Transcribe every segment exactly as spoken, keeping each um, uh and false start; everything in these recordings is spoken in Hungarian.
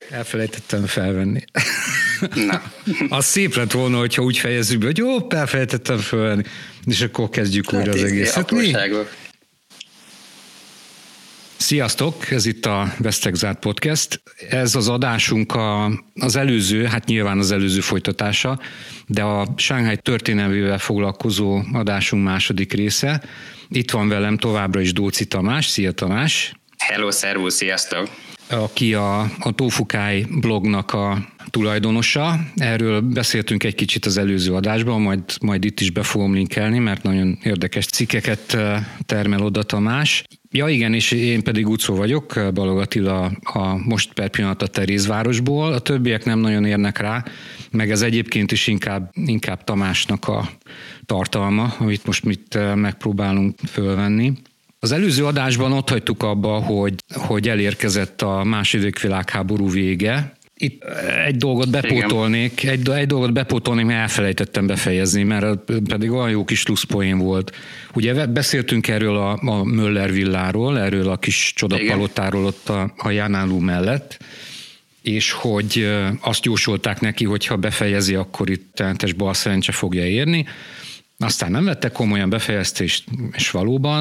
Elfelejtettem felvenni. Na. Az szép lett volna, hogyha úgy fejezzük be, hogy jó, elfelejtettem felvenni, és akkor kezdjük hát újra az egészet. Sziasztok, ez itt a Vesztek Zárt Podcast. Ez az adásunk a, az előző, hát nyilván az előző folytatása, de a Shanghai történelmével foglalkozó adásunk második része. Itt van velem továbbra is Dóczy Tamás. Szia Tamás! Hello, szervusz, sziasztok! Aki a, a Tofukai blognak a tulajdonosa. Erről beszéltünk egy kicsit az előző adásban, majd, majd itt is be fogom linkelni, mert nagyon érdekes cikkeket termel oda Tamás. Ja igen, és én pedig Ucó vagyok, Balog Attila a most per pillanat a Terézvárosból. A többiek nem nagyon érnek rá, meg ez egyébként is inkább, inkább Tamásnak a tartalma, amit most mit megpróbálunk fölvenni. Az előző adásban ott hagytuk abba, hogy, hogy elérkezett a második világháború vége. Itt egy dolgot bepótolnék, egy, egy dolgot bepótolnék, mert elfelejtettem befejezni, mert pedig olyan jó kis luszpoén volt. Ugye beszéltünk erről a, a Möller villáról, erről a kis csodapalotáról ott a, a Jánálú mellett, és hogy azt jósolták neki, hogy ha befejezi, akkor itt telentes balszerencse fogja érni. Aztán nem vettek komolyan, befejeztést, és valóban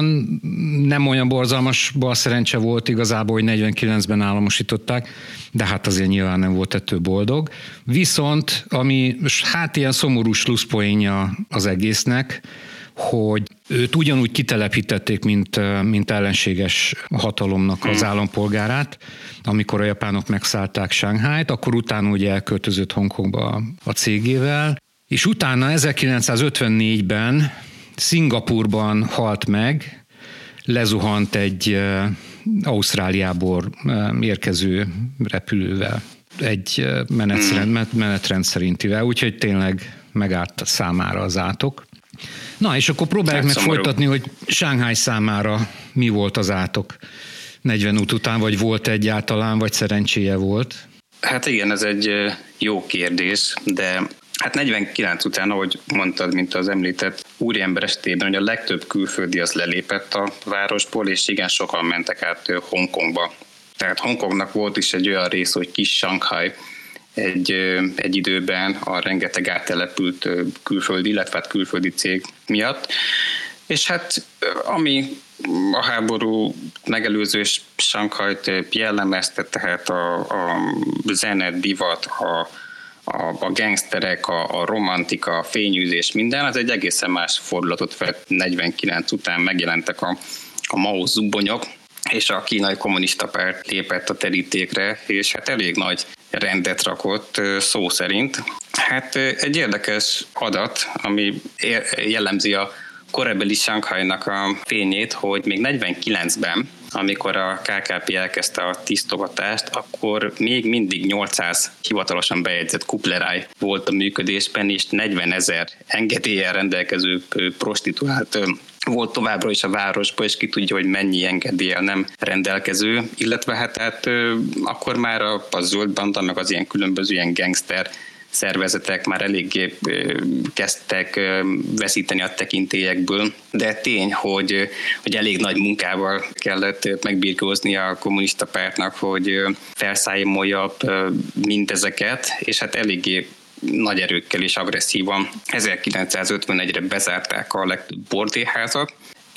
nem olyan borzalmas balszerencse volt igazából, hogy negyvenkilencben államosították, de hát azért nyilván nem volt ettől boldog. Viszont, ami hát ilyen szomorú slusszpoénja az egésznek, hogy őt ugyanúgy kitelepítették, mint, mint ellenséges hatalomnak az állampolgárát, amikor a japánok megszállták Shanghait, akkor utána ugye elköltözött Hongkongba a cégével, és utána ezerkilencszázötvennégyben Szingapurban halt meg, lezuhant egy Ausztráliából érkező repülővel, egy menetrend, menetrend szerintivel, úgyhogy tényleg megállt számára az átok. Na, és akkor próbáljuk meg szomorú. Folytatni, hogy Shanghai számára mi volt az átok negyven út után, vagy volt egyáltalán, vagy szerencséje volt? Hát igen, ez egy jó kérdés, de hát negyvenkilenc után, ahogy mondtad, mint az említett úriember esetében, hogy a legtöbb külföldi az lelépett a városból, és igen, sokan mentek át Hongkongba. Tehát Hongkongnak volt is egy olyan rész, hogy kis Shanghai egy, egy időben a rengeteg áttelepült külföldi, illetve hát külföldi cég miatt. És hát ami a háború megelőző Shanghait jellemezte, tehát a, a zene, divat, a A, a gangsterek, a, a romantika, a fényűzés, minden, az egy egészen más fordulatot vett. negyvenkilenc után megjelentek a, a Mao zubonyok, és a kínai kommunista párt lépett a terítékre, és hát elég nagy rendet rakott szó szerint. Hát egy érdekes adat, ami jellemzi a korabeli Shanghainak a fényét, hogy még negyvenkilencben, amikor a ká ká pé elkezdte a tisztogatást, akkor még mindig nyolcszáz hivatalosan bejegyzett kupleráj volt a működésben, és negyvenezer engedéllyel rendelkező prostituált volt továbbra is a városban, és ki tudja, hogy mennyi engedéllyel nem rendelkező, illetve hát, hát akkor már a, a zöld banda, meg az ilyen különböző ilyen gangster szervezetek már eléggé kezdtek veszíteni a tekintélyekből, de tény, hogy, hogy elég nagy munkával kellett megbirkózni a kommunista pártnak, hogy felszámolja mindezeket, és hát eléggé nagy erőkkel és agresszívan ezerkilencszázötvenegyre bezárták a legtöbb bordélyházat,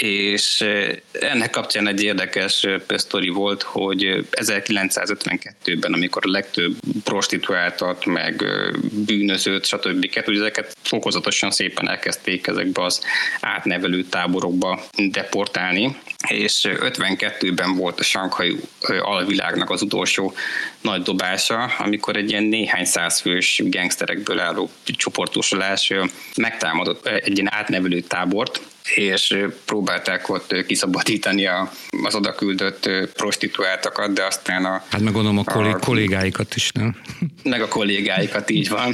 és ennek kapcsán egy érdekes sztori volt, hogy ezerkilencszázötvenkettőben, amikor a legtöbb prostituáltat, meg bűnözőt, stb. Hogy ezeket fokozatosan szépen elkezdték ezekbe az átnevelő táborokba deportálni, és ötvenkettőben volt a Shanghai alvilágnak az utolsó nagy dobása, amikor egy ilyen néhány százfős gangsterekből álló csoportosulás megtámadott egy ilyen átnevelő tábort, és próbálták ott kiszabadítani a, az oda küldött prostituáltakat, de aztán a... Hát meg gondolom a, kollég, a kollégáikat is, nem? Meg a kollégáikat, így van.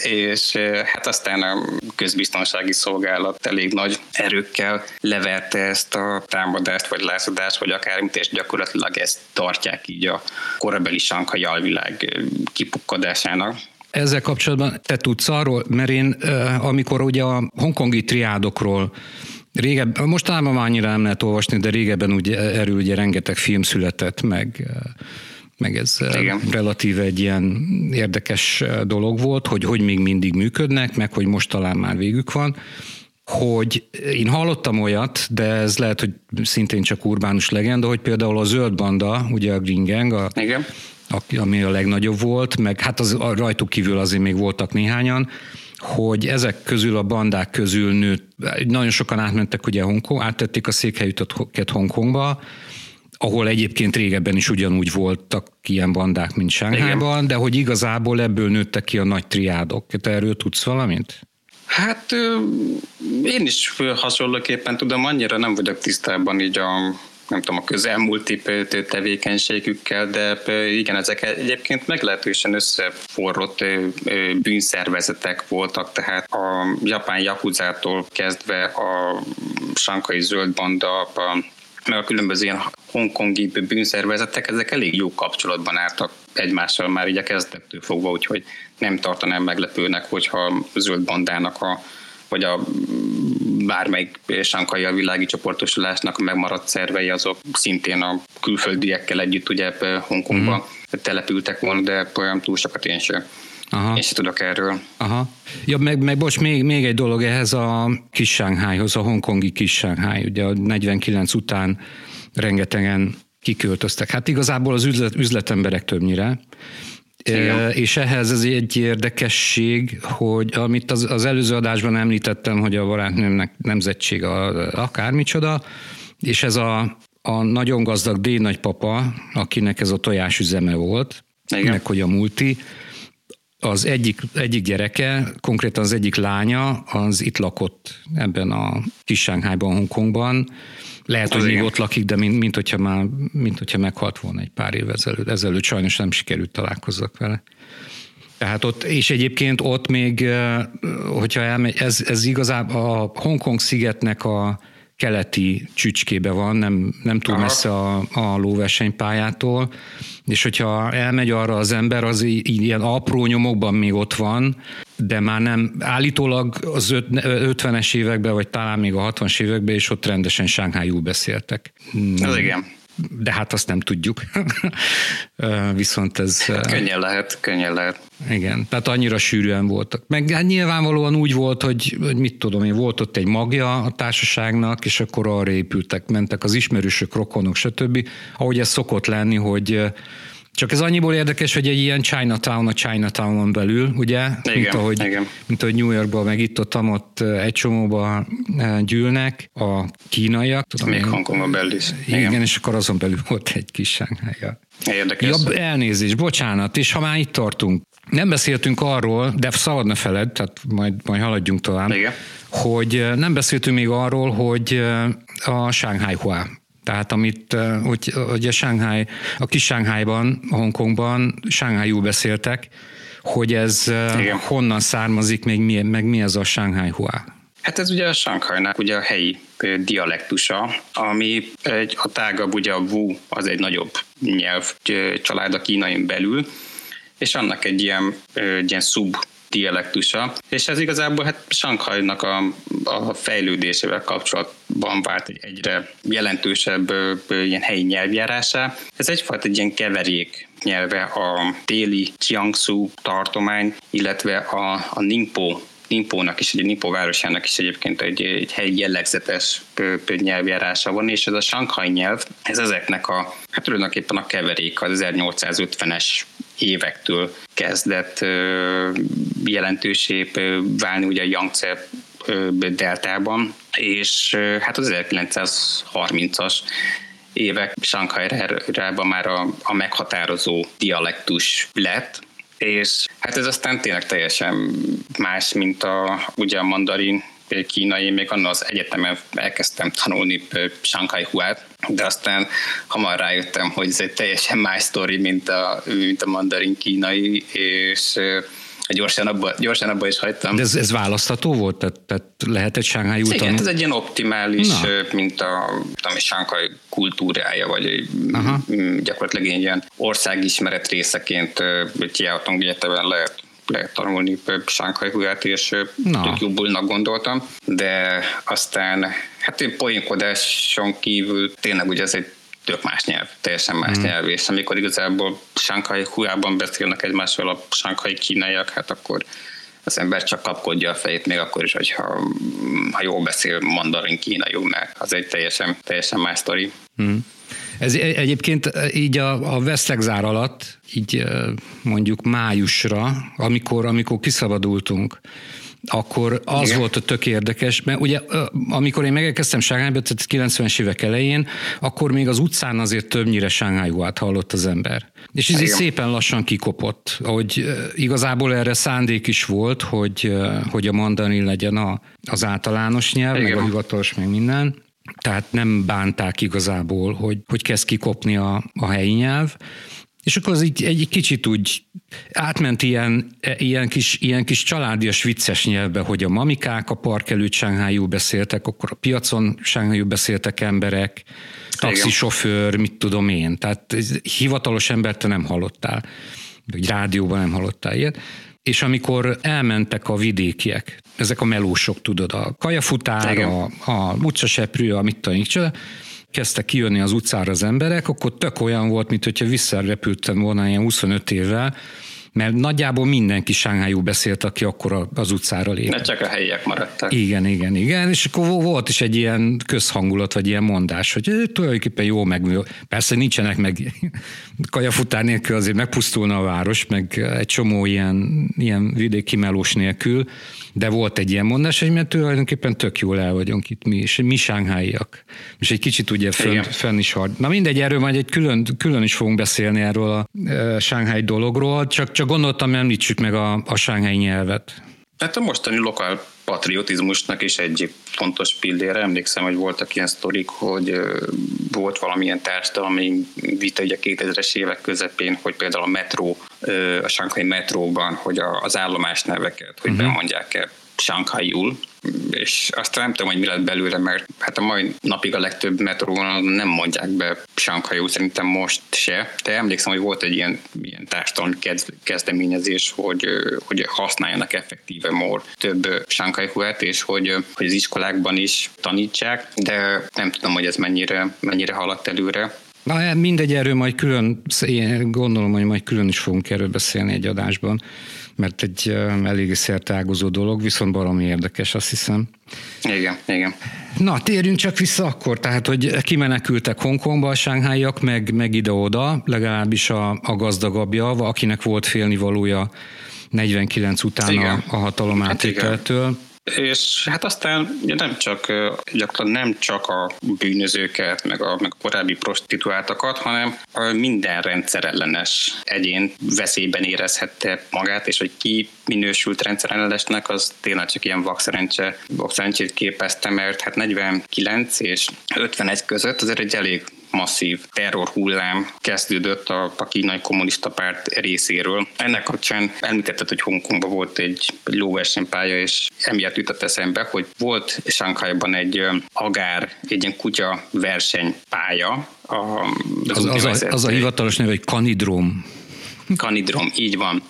És hát aztán a közbiztonsági szolgálat elég nagy erőkkel leverte ezt a támadást, vagy lázadást, vagy akármit, és gyakorlatilag ezt tartják így a korabeli Shanghai alvilág kipukkadásának. Ezzel kapcsolatban te tudsz arról, mert én amikor ugye a hongkongi triádokról régebben, mostanában már annyira nem lehet olvasni, de régebben ugye, erről ugye rengeteg film született, meg, meg ez Igen. relatíve egy ilyen érdekes dolog volt, hogy hogy még mindig működnek, meg hogy most talán már végük van, hogy én hallottam olyat, de ez lehet, hogy szintén csak urbánus legenda, hogy például a Zöld Banda, ugye a Green Gang, a, Igen. A, ami a legnagyobb volt, meg hát az, a rajtuk kívül azért még voltak néhányan, hogy ezek közül a bandák közül nőtt, nagyon sokan átmentek ugye Hongkong, áttették a székhelyüket Hongkongba, ahol egyébként régebben is ugyanúgy voltak ilyen bandák, mint Shanghaiban, de hogy igazából ebből nőttek ki a nagy triádok. Te erről tudsz valamit? Hát én is hasonlóképpen tudom, annyira nem vagyok tisztában így a nem tudom, a közelmúlti tevékenységükkel, de igen, ezek egyébként meglehetősen összeforrott bűnszervezetek voltak, tehát a japán yakuzától kezdve a sankai Zöld Banda, a, meg a különböző ilyen hongkongi bűnszervezetek, ezek elég jó kapcsolatban álltak egymással már így a kezdettől fogva, úgyhogy nem tartanám meglepőnek, hogyha a Zöld Bandának a vagy a bármelyik sankai a világi csoportosulásnak a megmaradt szervei, azok szintén a külföldiekkel együtt ugye Hongkongban mm. települtek volna, de olyan túl sokat én sem. Aha. Én sem tudok erről. Aha. Ja, meg, meg bocs, még, még egy dolog ehhez a kis Shanghaihoz, a hongkongi kis Shanghai. Ugye a negyvenkilenc után rengetegen kiköltöztek. Hát igazából az üzlet, üzletemberek többnyire. Igen. És ehhez ez egy érdekesség, hogy amit az, az előző adásban említettem, hogy a barátnőmnek nemzetség a, akármicsoda, és ez a, a nagyon gazdag dédnagypapa, akinek ez a tojásüzeme volt, Igen. meg hogy a multi, az egyik, egyik gyereke, konkrétan az egyik lánya, az itt lakott ebben a kis Shanghaiban, Hongkongban. Lehet, hogy még ott lakik, de mint, mint, hogyha már, mint hogyha meghalt volna egy pár év ezelőtt. Ezelőtt sajnos nem sikerült találkozzak vele. Tehát ott, és egyébként ott még, hogyha elmegy, ez, ez igazából a Hongkong szigetnek a keleti csücskébe van, nem, nem túl Aha. messze a, a lóversenypályától, és hogyha elmegy arra az ember, az ilyen apró nyomokban még ott van, de már nem, állítólag az ötvenes években, vagy talán még a hatvanas években is ott rendesen Shanghaiul beszéltek. Ez igen. De hát azt nem tudjuk. Viszont ez... Hát könnyen lehet, könnyen lehet. Igen, tehát annyira sűrűen voltak. Meg hát nyilvánvalóan úgy volt, hogy, hogy mit tudom én, volt ott egy magja a társaságnak, és akkor arra épültek, mentek az ismerősök, rokonok, stb. Ahogy ez szokott lenni, hogy csak ez annyiból érdekes, hogy egy ilyen Chinatown a Chinatownon belül, ugye? Igen, mint, ahogy, igen. mint ahogy New Yorkban, meg itt ott, ott egy csomóba gyűlnek a kínaiak. Tudom, még Hongkongban belül is. Igen, igen, és akkor azon belül volt egy kis Shanghai. Érdekes. Ja, elnézést, bocsánat, és ha már itt tartunk, nem beszéltünk arról, de szabad ne feled, tehát majd, majd haladjunk tovább, igen. hogy nem beszéltünk még arról, hogy a Shanghai Hua. Tehát amit, hogy, hogy a Shanghai, a kis Shanghaiban, Hongkongban Shanghaiul beszéltek, hogy ez igen. honnan származik, meg mi, meg mi ez a Shanghai Hua? Hát ez ugye a Shanghainak ugye a helyi dialektusa, ami egy, a tágabb, ugye a Wu, az egy nagyobb nyelv család a kínain belül, és annak egy ilyen, egy ilyen szub dialektusa, és ez igazából hát Shanghainak a, a fejlődésével kapcsolatban vált egy egyre jelentősebb ö, ö, ilyen helyi nyelvjárásá. Ez egyfajta egy ilyen keverék nyelve a déli Jiangsu tartomány, illetve a, a Ningpo Ningpónak is, egy Ningpo városának is egyébként egy, egy helyi jellegzetes nyelvjárása van, és ez a Shanghai nyelv, ez ezeknek a, hát tulajdonképpen a keverék az ezernyolcszázötvenes évektől kezdett ö, jelentősé válni ugye a Yangtze ö, deltában, és ö, hát az ezerkilencszázharmincas évek Shanghai-rában már a, a meghatározó dialektus lett, és hát ez aztán tényleg teljesen más, mint a, ugye a mandarin kínai, még annak az egyetemen elkezdtem tanulni Shanghai Huát, de aztán hamar rájöttem, hogy ez egy teljesen más sztori, mint a, mint a mandarin kínai, és gyorsan abba, gyorsan abba is hagytam. De ez, ez választható volt? Tehát, tehát lehetett Shanghai úton? Igen, ez egy ilyen optimális, Na. mint a, a Shanghai kultúrája, vagy Aha. gyakorlatilag egy ilyen országismeret részeként Kiautong egyetemen lehet lehet tanulni Shanghai Huát, és tök jobbulnak gondoltam, de aztán hát én poénkodáson kívül tényleg ugye ez egy tök más nyelv, teljesen más mm. nyelv, és amikor igazából sanghai huában beszélnek egymással a sanghai kínaiak, hát akkor az ember csak kapkodja a fejét, még akkor is, hogyha ha jól beszél mandarin kínaiul, mert az egy teljesen, teljesen más sztori. Mm. Ez egyébként így a, a vesztegzár alatt, így mondjuk májusra, amikor, amikor kiszabadultunk, akkor az Igen. volt a tök érdekes, mert ugye amikor én megérkeztem Shanghaiba, tehát kilencvenes évek elején, akkor még az utcán azért többnyire shanghaiuát hallott az ember. És ez így szépen lassan kikopott, hogy igazából erre szándék is volt, hogy, hogy a mandarin legyen a, az általános nyelv, Igen. meg a hivatalos, meg minden. Tehát nem bánták igazából, hogy, hogy kezd kikopni a, a helyi nyelv. És akkor az így egy kicsit úgy átment ilyen, ilyen, kis, ilyen kis családias, vicces nyelvbe, hogy a mamikák a park előtt sanghaiul beszéltek, akkor a piacon sanghaiul beszéltek emberek, taxisofőr, mit tudom én. Tehát hivatalos embert te nem hallottál, vagy rádióban nem hallottál ilyet. És amikor elmentek a vidékiek, ezek a melósok, tudod, a kajafutár, a, a utcaseprő, a mit tudom, kezdtek kijönni az utcára az emberek, akkor tök olyan volt, mint hogyha visszarepültem volna ilyen huszonöt évvel, mert nagyjából mindenki sanghaiul beszélt, aki akkor az utcára lépett. Ne csak a helyiek maradtak. Igen, igen, igen, és akkor volt is egy ilyen közhangulat, vagy ilyen mondás, hogy tulajdonképpen jó meg, persze nincsenek meg kajafutár nélkül, azért megpusztulna a város, meg egy csomó ilyen, ilyen vidéki melós nélkül, de volt egy ilyen mondás, hogy mert tulajdonképpen tök jól el vagyunk itt mi, és mi shanghaiak. És egy kicsit ugye fönn, fönn is hard. Na mindegy, erről majd egy külön, külön is fogunk beszélni erről a e, Shanghai dologról, csak, csak gondoltam, említsük meg a, a shanghai nyelvet. Hát a mostani lokál patriotizmusnak is egy fontos pillére. Emlékszem, hogy voltak ilyen sztorik, hogy volt valamilyen társadalmi vita ugye a kétezres évek közepén, hogy például a metró, a shanghai metróban, hogy az állomás neveket, hogy uh-huh. bemondják-e sanghaiul, és aztán nem tudom, hogy mi lett belőle, mert hát a mai napig a legtöbb metróvonalon nem mondják be sanghaiul, szerintem most se, de emlékszem, hogy volt egy ilyen, ilyen társadalmi kezdeményezés, hogy, hogy használjanak effektíve mór több sanghaiuát, és hogy, hogy az iskolákban is tanítsák, de nem tudom, hogy ez mennyire, mennyire haladt előre. Na, mindegy, erről majd külön, én gondolom, hogy majd külön is fogunk erről beszélni egy adásban, mert egy eléggé szerteágazó dolog, viszont baromi érdekes, azt hiszem. Igen, igen. Na, térjünk csak vissza akkor, tehát, hogy kimenekültek Hongkongba a shanghaiak, meg, meg ide-oda, legalábbis a, a gazdagabbja, akinek volt félnivalója negyvenkilenc után a, a hatalom átvételtől. Hát és hát aztán ugye nem csak, gyakran nem csak a bűnözőket, meg a, meg a korábbi prostituáltakat, hanem minden rendszerellenes egyén veszélyben érezhette magát, és hogy ki minősült rendszerellenesnek, az tényleg csak ilyen vakszerencse, vakszerencsét képezte, mert hát negyvenkilenc és ötvenegy között azért egy elég masszív terrorhullám kezdődött a, a kínai kommunista párt részéről. Ennek kapcsán említetted, hogy Hongkongban volt egy, egy lóversenypálya, és emiatt jutott eszembe, hogy volt Shanghaiban egy agár, egy ilyen kutya versenypálya. A, az, az, az, a, az a hivatalos neve, hogy kanidrom. Kanidrom, így van.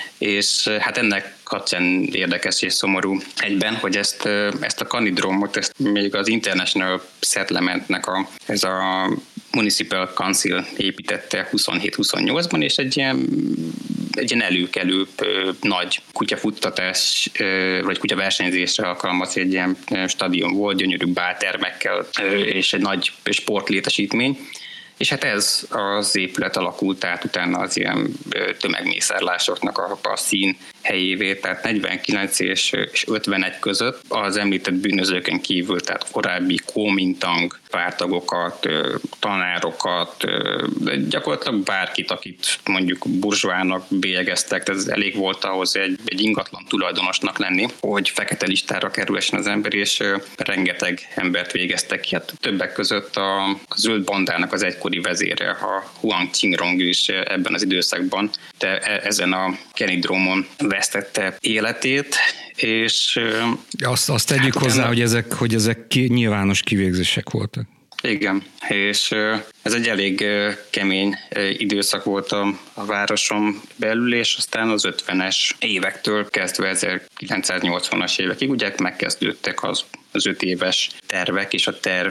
És hát ennek kapcsán érdekes és szomorú egyben, hogy ezt, ezt a kanidromot, ezt még az International Settlementnek a, ez a Municipal Council építette huszonhét huszonnyolcban, és egy ilyen, egy ilyen előkelőbb nagy kutyafuttatás, vagy kutyaversenyzésre alkalmaz egy ilyen stadion volt, gyönyörű báltermekkel, és egy nagy sportlétesítmény. És hát ez az épület alakult át utána az ilyen tömegmészárlásoknak a, a szín helyévé, tehát negyvenkilenc és ötvenegy között az említett bűnözőken kívül, tehát korábbi Kuomintang pártagokat, tanárokat, gyakorlatilag bárkit, akit mondjuk burzsóának bélyegeztek, tehát ez elég volt ahhoz egy, egy ingatlan tulajdonosnak lenni, hogy fekete listára kerülhessen az ember, és rengeteg embert végeztek ki. Hát többek között a, a zöld bandának az egykori vezére, a Huang Qingrong is ebben az időszakban, de ezen a kanidromon vesztette életét, és azt, azt tegyük hát, hozzá, hogy ezek, hogy ezek ki, nyilvános kivégzések voltak. Igen, és ez egy elég kemény időszak volt a, a városon belül, és aztán az ötvenes évektől kezdve ezerkilencszáznyolcvanas évekig ugye megkezdődtek az, az öt éves tervek, és a terv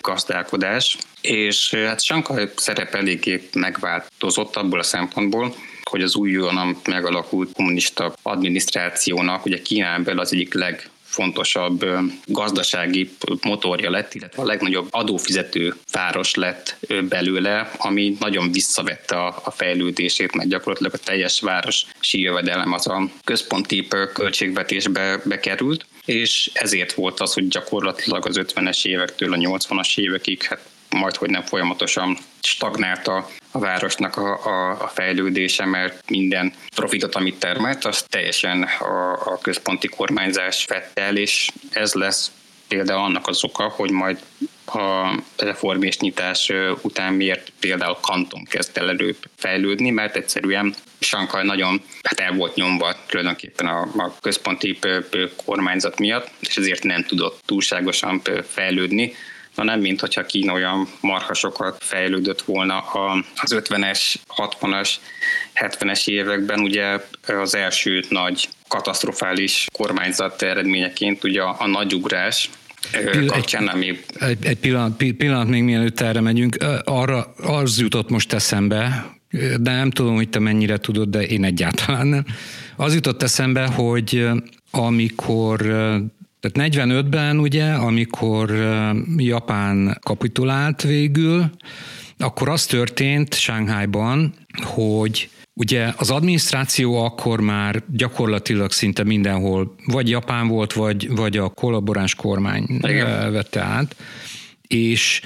gazdálkodás, és hát Sanghaj szerep eléggé megváltozott abból a szempontból, hogy az újonnan megalakult kommunista adminisztrációnak ugye Kínán belül az egyik legfontosabb gazdasági motorja lett, illetve a legnagyobb adófizető város lett belőle, ami nagyon visszavette a, a fejlődését, mert gyakorlatilag a teljes városi jövedelem az a központi költségvetésbe bekerült, és ezért volt az, hogy gyakorlatilag az ötvenes évektől a nyolcvanas évekig hát majdhogy nem folyamatosan stagnált a, a városnak a, a, a fejlődése, mert minden profitot, amit termelt, az teljesen a, a központi kormányzás vette el, és ez lesz például annak az oka, hogy majd a reform és nyitás után miért például Kanton kezd el előbb fejlődni, mert egyszerűen Sanghaj nagyon hát el volt nyomva tulajdonképpen a, a központi kormányzat miatt, és ezért nem tudott túlságosan fejlődni, na nem, mint hogyha Kína olyan marhasokat fejlődött volna az ötvenes, hatvanas, hetvenes években, ugye az első nagy katasztrofális kormányzat eredményeként ugye a, a nagyugrás kapcsán, ami... Egy, egy pillanat, pillanat még mielőtt erre megyünk, arra az jutott most eszembe, de nem tudom, hogy te mennyire tudod, de én egyáltalán nem. Az jutott eszembe, hogy amikor... Tehát negyvenötben ugye, amikor Japán kapitulált végül, akkor az történt Shanghaiban, hogy ugye az adminisztráció akkor már gyakorlatilag szinte mindenhol vagy Japán volt, vagy, vagy a kollaboráns kormány Igen. vette át, és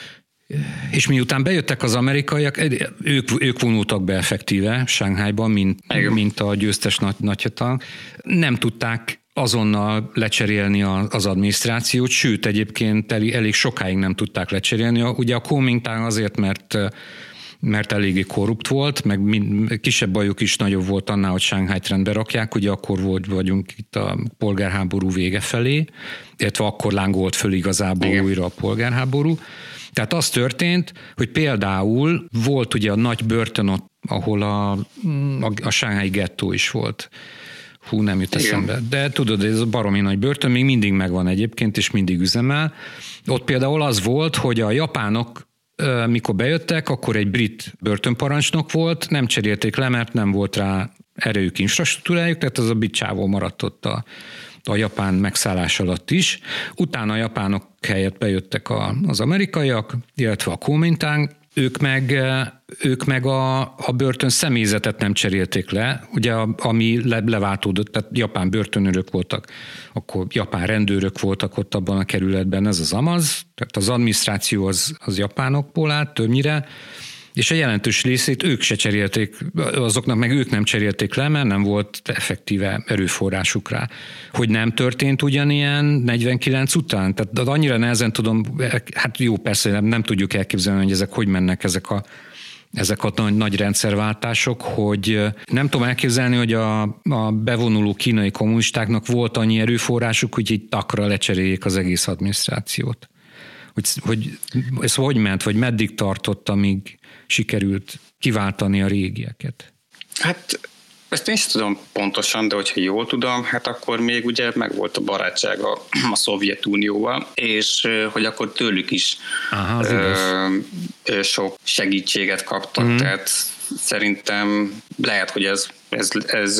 És miután bejöttek az amerikaiak, ők, ők vonultak be effektíve Shanghaiban, mint, mint a győztes nagy, nagyhatalmak, nem tudták azonnal lecserélni az adminisztrációt, sőt egyébként elég, elég sokáig nem tudták lecserélni. Ugye a Kuomintang azért, mert, mert eléggé korrupt volt, meg mind, kisebb bajuk is nagyobb volt annál, hogy Shanghait rendbe rakják, ugye akkor volt, vagyunk itt a polgárháború vége felé, illetve akkor lángolt föl igazából Igen. újra a polgárháború. Tehát az történt, hogy például volt ugye a nagy börtön ott, ahol a, a, a Shanghai gettó is volt. Hú, nem jut eszembe. De tudod, ez a baromi nagy börtön még mindig megvan egyébként, és mindig üzemel. Ott például az volt, hogy a japánok, mikor bejöttek, akkor egy brit börtönparancsnok volt, nem cserélték le, mert nem volt rá erejük, infrastruktúrájuk, tehát az a brit csávó maradt ott a, a japán megszállás alatt is. Utána a japánok helyett bejöttek a, az amerikaiak, illetve a Kuomintang, ők meg, ők meg a, a börtön személyzetet nem cserélték le, ugye ami le, leváltódott, tehát japán börtönőrök voltak, akkor japán rendőrök voltak ott abban a kerületben, ez az amaz, tehát az adminisztráció az, az japánokból állt többnyire, és a jelentős részét ők se cserélték, azoknak meg ők nem cserélték le, mert nem volt effektíve erőforrásuk rá. Hogy nem történt ugyanilyen negyvenkilenc után? Tehát annyira nehezen tudom, hát jó, persze nem, nem tudjuk elképzelni, hogy ezek hogy mennek ezek a, ezek a nagy, nagy rendszerváltások, hogy nem tudom elképzelni, hogy a, a bevonuló kínai kommunistáknak volt annyi erőforrásuk, hogy így takra lecseréljék az egész adminisztrációt. Hogy, hogy ez hogy ment, vagy meddig tartott, amíg sikerült kiváltani a régieket? Hát ezt én is tudom pontosan, de hogyha jól tudom, hát akkor még ugye megvolt a barátság a, a Szovjetunióval, és hogy akkor tőlük is Aha, ö, sok segítséget kaptak, mm. tehát szerintem lehet, hogy ez, ez, ez,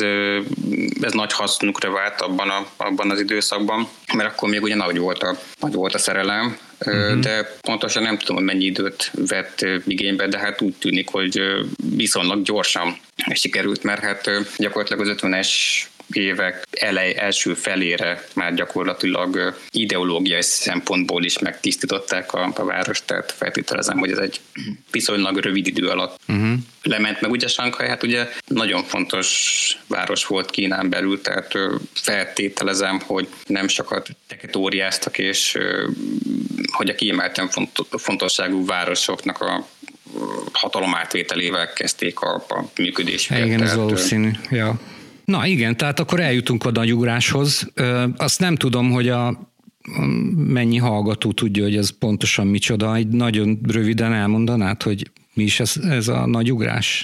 ez nagy hasznukra vált abban, a, abban az időszakban, mert akkor még ugye nagy volt a, nagy volt a szerelem, uh-huh. de pontosan nem tudom, hogy mennyi időt vett igénybe, de hát úgy tűnik, hogy viszonylag gyorsan sikerült, mert hát gyakorlatilag az ötvenes évek elej első felére már gyakorlatilag ideológiai szempontból is megtisztították a, a várost, tehát feltételezem, hogy ez egy viszonylag rövid idő alatt uh-huh. lement meg. Ugye Sanghaj, hát ugye nagyon fontos város volt Kínán belül, tehát feltételezem, hogy nem sokat teketóriáztak, és hogy a kiemelten fontosságú városoknak a hatalom átvételével kezdték a, a működésüket. Igen, ez valószínű, ja. Na igen, tehát akkor eljutunk a nagyugráshoz. Azt nem tudom, hogy a mennyi hallgató tudja, hogy ez pontosan micsoda. Egy nagyon röviden elmondanád, hogy mi is ez, ez a nagyugrás?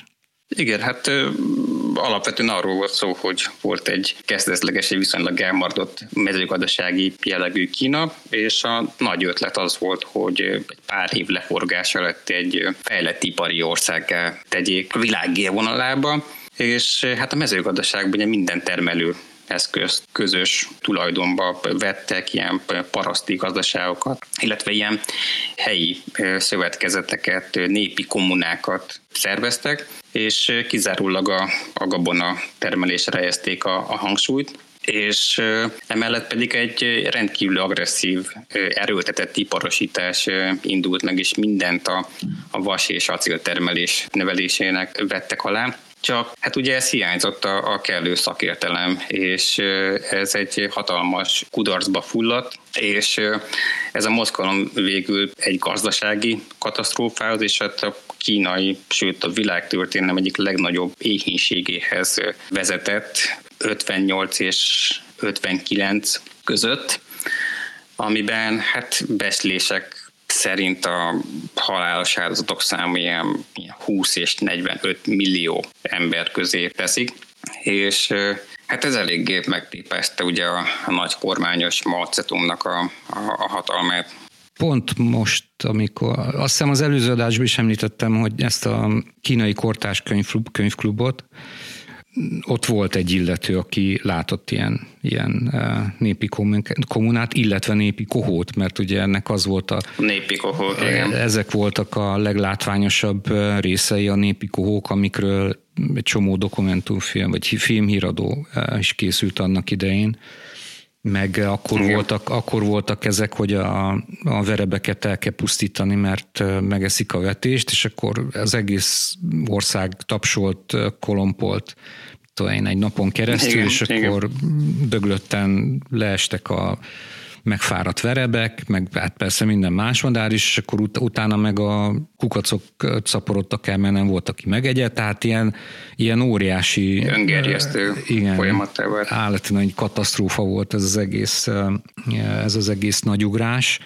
Igen, hát ö, alapvetően arról volt szó, hogy volt egy kezdetleges, egy viszonylag elmaradott mezőgazdasági jellegű Kína, és a nagy ötlet az volt, hogy egy pár év leforgás alatt egy fejlett ipari országgá tegyék a világ élvonalába, és hát a mezőgazdaságban minden termelő eszközt közös tulajdonba vettek, ilyen paraszti gazdaságokat, illetve ilyen helyi szövetkezeteket, népi kommunákat szerveztek, és kizárólag a, a gabona termelésre helyezték a, a hangsúlyt, és emellett pedig egy rendkívül agresszív, erőltetett iparosítás indult meg, és mindent a, a vas és acéltermelés növelésének vettek alá. Csak hát ugye ez hiányzott a, a kellő szakértelem, és ez egy hatalmas kudarcba fulladt, és ez a mozgalom végül egy gazdasági katasztrófához, és hát a kínai, sőt a világtörténelem egyik legnagyobb éhínségéhez vezetett ötvennyolc és ötvenkilenc között, amiben hát becslések szerint a halálos áldozatok száma ilyen húsz és negyvenöt millió ember közé teszik, és hát ez eléggé megtépezte ugye a, a nagy kormányos Mao Zedongnak a, a, a hatalmát. Pont most, amikor azt hiszem az előző adásban is említettem, hogy ezt a kínai kortárs könyvklub, könyvklubot, ott volt egy illető, aki látott ilyen, ilyen népi kommunát, illetve népi kohót, mert ugye ennek az volt a... Népi kohót, igen. Ezek voltak a leglátványosabb részei a népi kohók, amikről egy csomó dokumentumfilm, vagy filmhíradó is készült annak idején, meg akkor voltak, akkor voltak ezek, hogy a, a verebeket el kell pusztítani, mert megeszik a vetést, és akkor az egész ország tapsolt, kolompolt, tudom én, egy napon keresztül, igen, és igen. Akkor döglötten leestek a megfáradt verebek, meg hát persze minden más madár is, és akkor ut- utána meg a kukacok szaporodtak el, mert nem volt, aki megegye, tehát ilyen, ilyen óriási... Öngerjesztő folyamattal volt. Állati nagy katasztrófa volt ez az egész, ez az egész nagyugrás.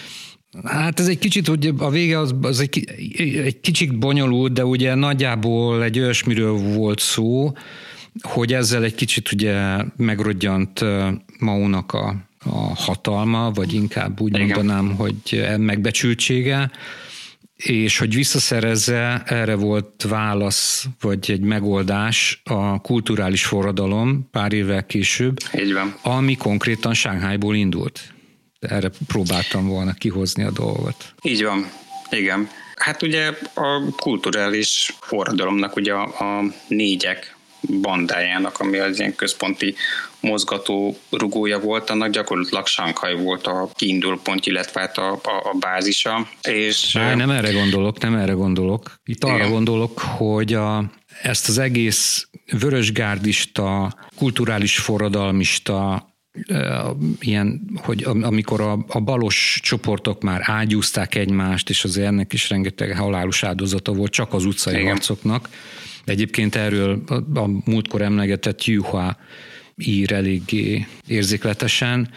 Hát ez egy kicsit, hogy a vége az, az egy, egy kicsit bonyolult, de ugye nagyjából egy olyasmiről volt szó, hogy ezzel egy kicsit ugye megrodjant Mao-nak a a hatalma, vagy inkább úgy igen. mondanám, hogy megbecsültsége, és hogy visszaszerezze, erre volt válasz, vagy egy megoldás a kulturális forradalom pár évvel később, így van. Ami konkrétan Sánghájból indult. Erre próbáltam volna kihozni a dolgot. Így van, igen. Hát ugye a kulturális forradalomnak ugye a, a négyek bandájának, ami az ilyen központi mozgató rugója volt, annak gyakorlatilag Sanghaj volt a kiindulópont, illetve hát a, a, a bázisa. És Bár nem erre gondolok, nem erre gondolok. Itt arra igen. gondolok, hogy a, ezt az egész vörösgárdista, kulturális forradalmista, ilyen, hogy amikor a, a balos csoportok már ágyúzták egymást, és azért ennek is rengeteg halálos áldozata volt, csak az utcai igen. harcoknak. Egyébként erről a, a múltkor emlegetett Yuhua ír eléggé érzékletesen.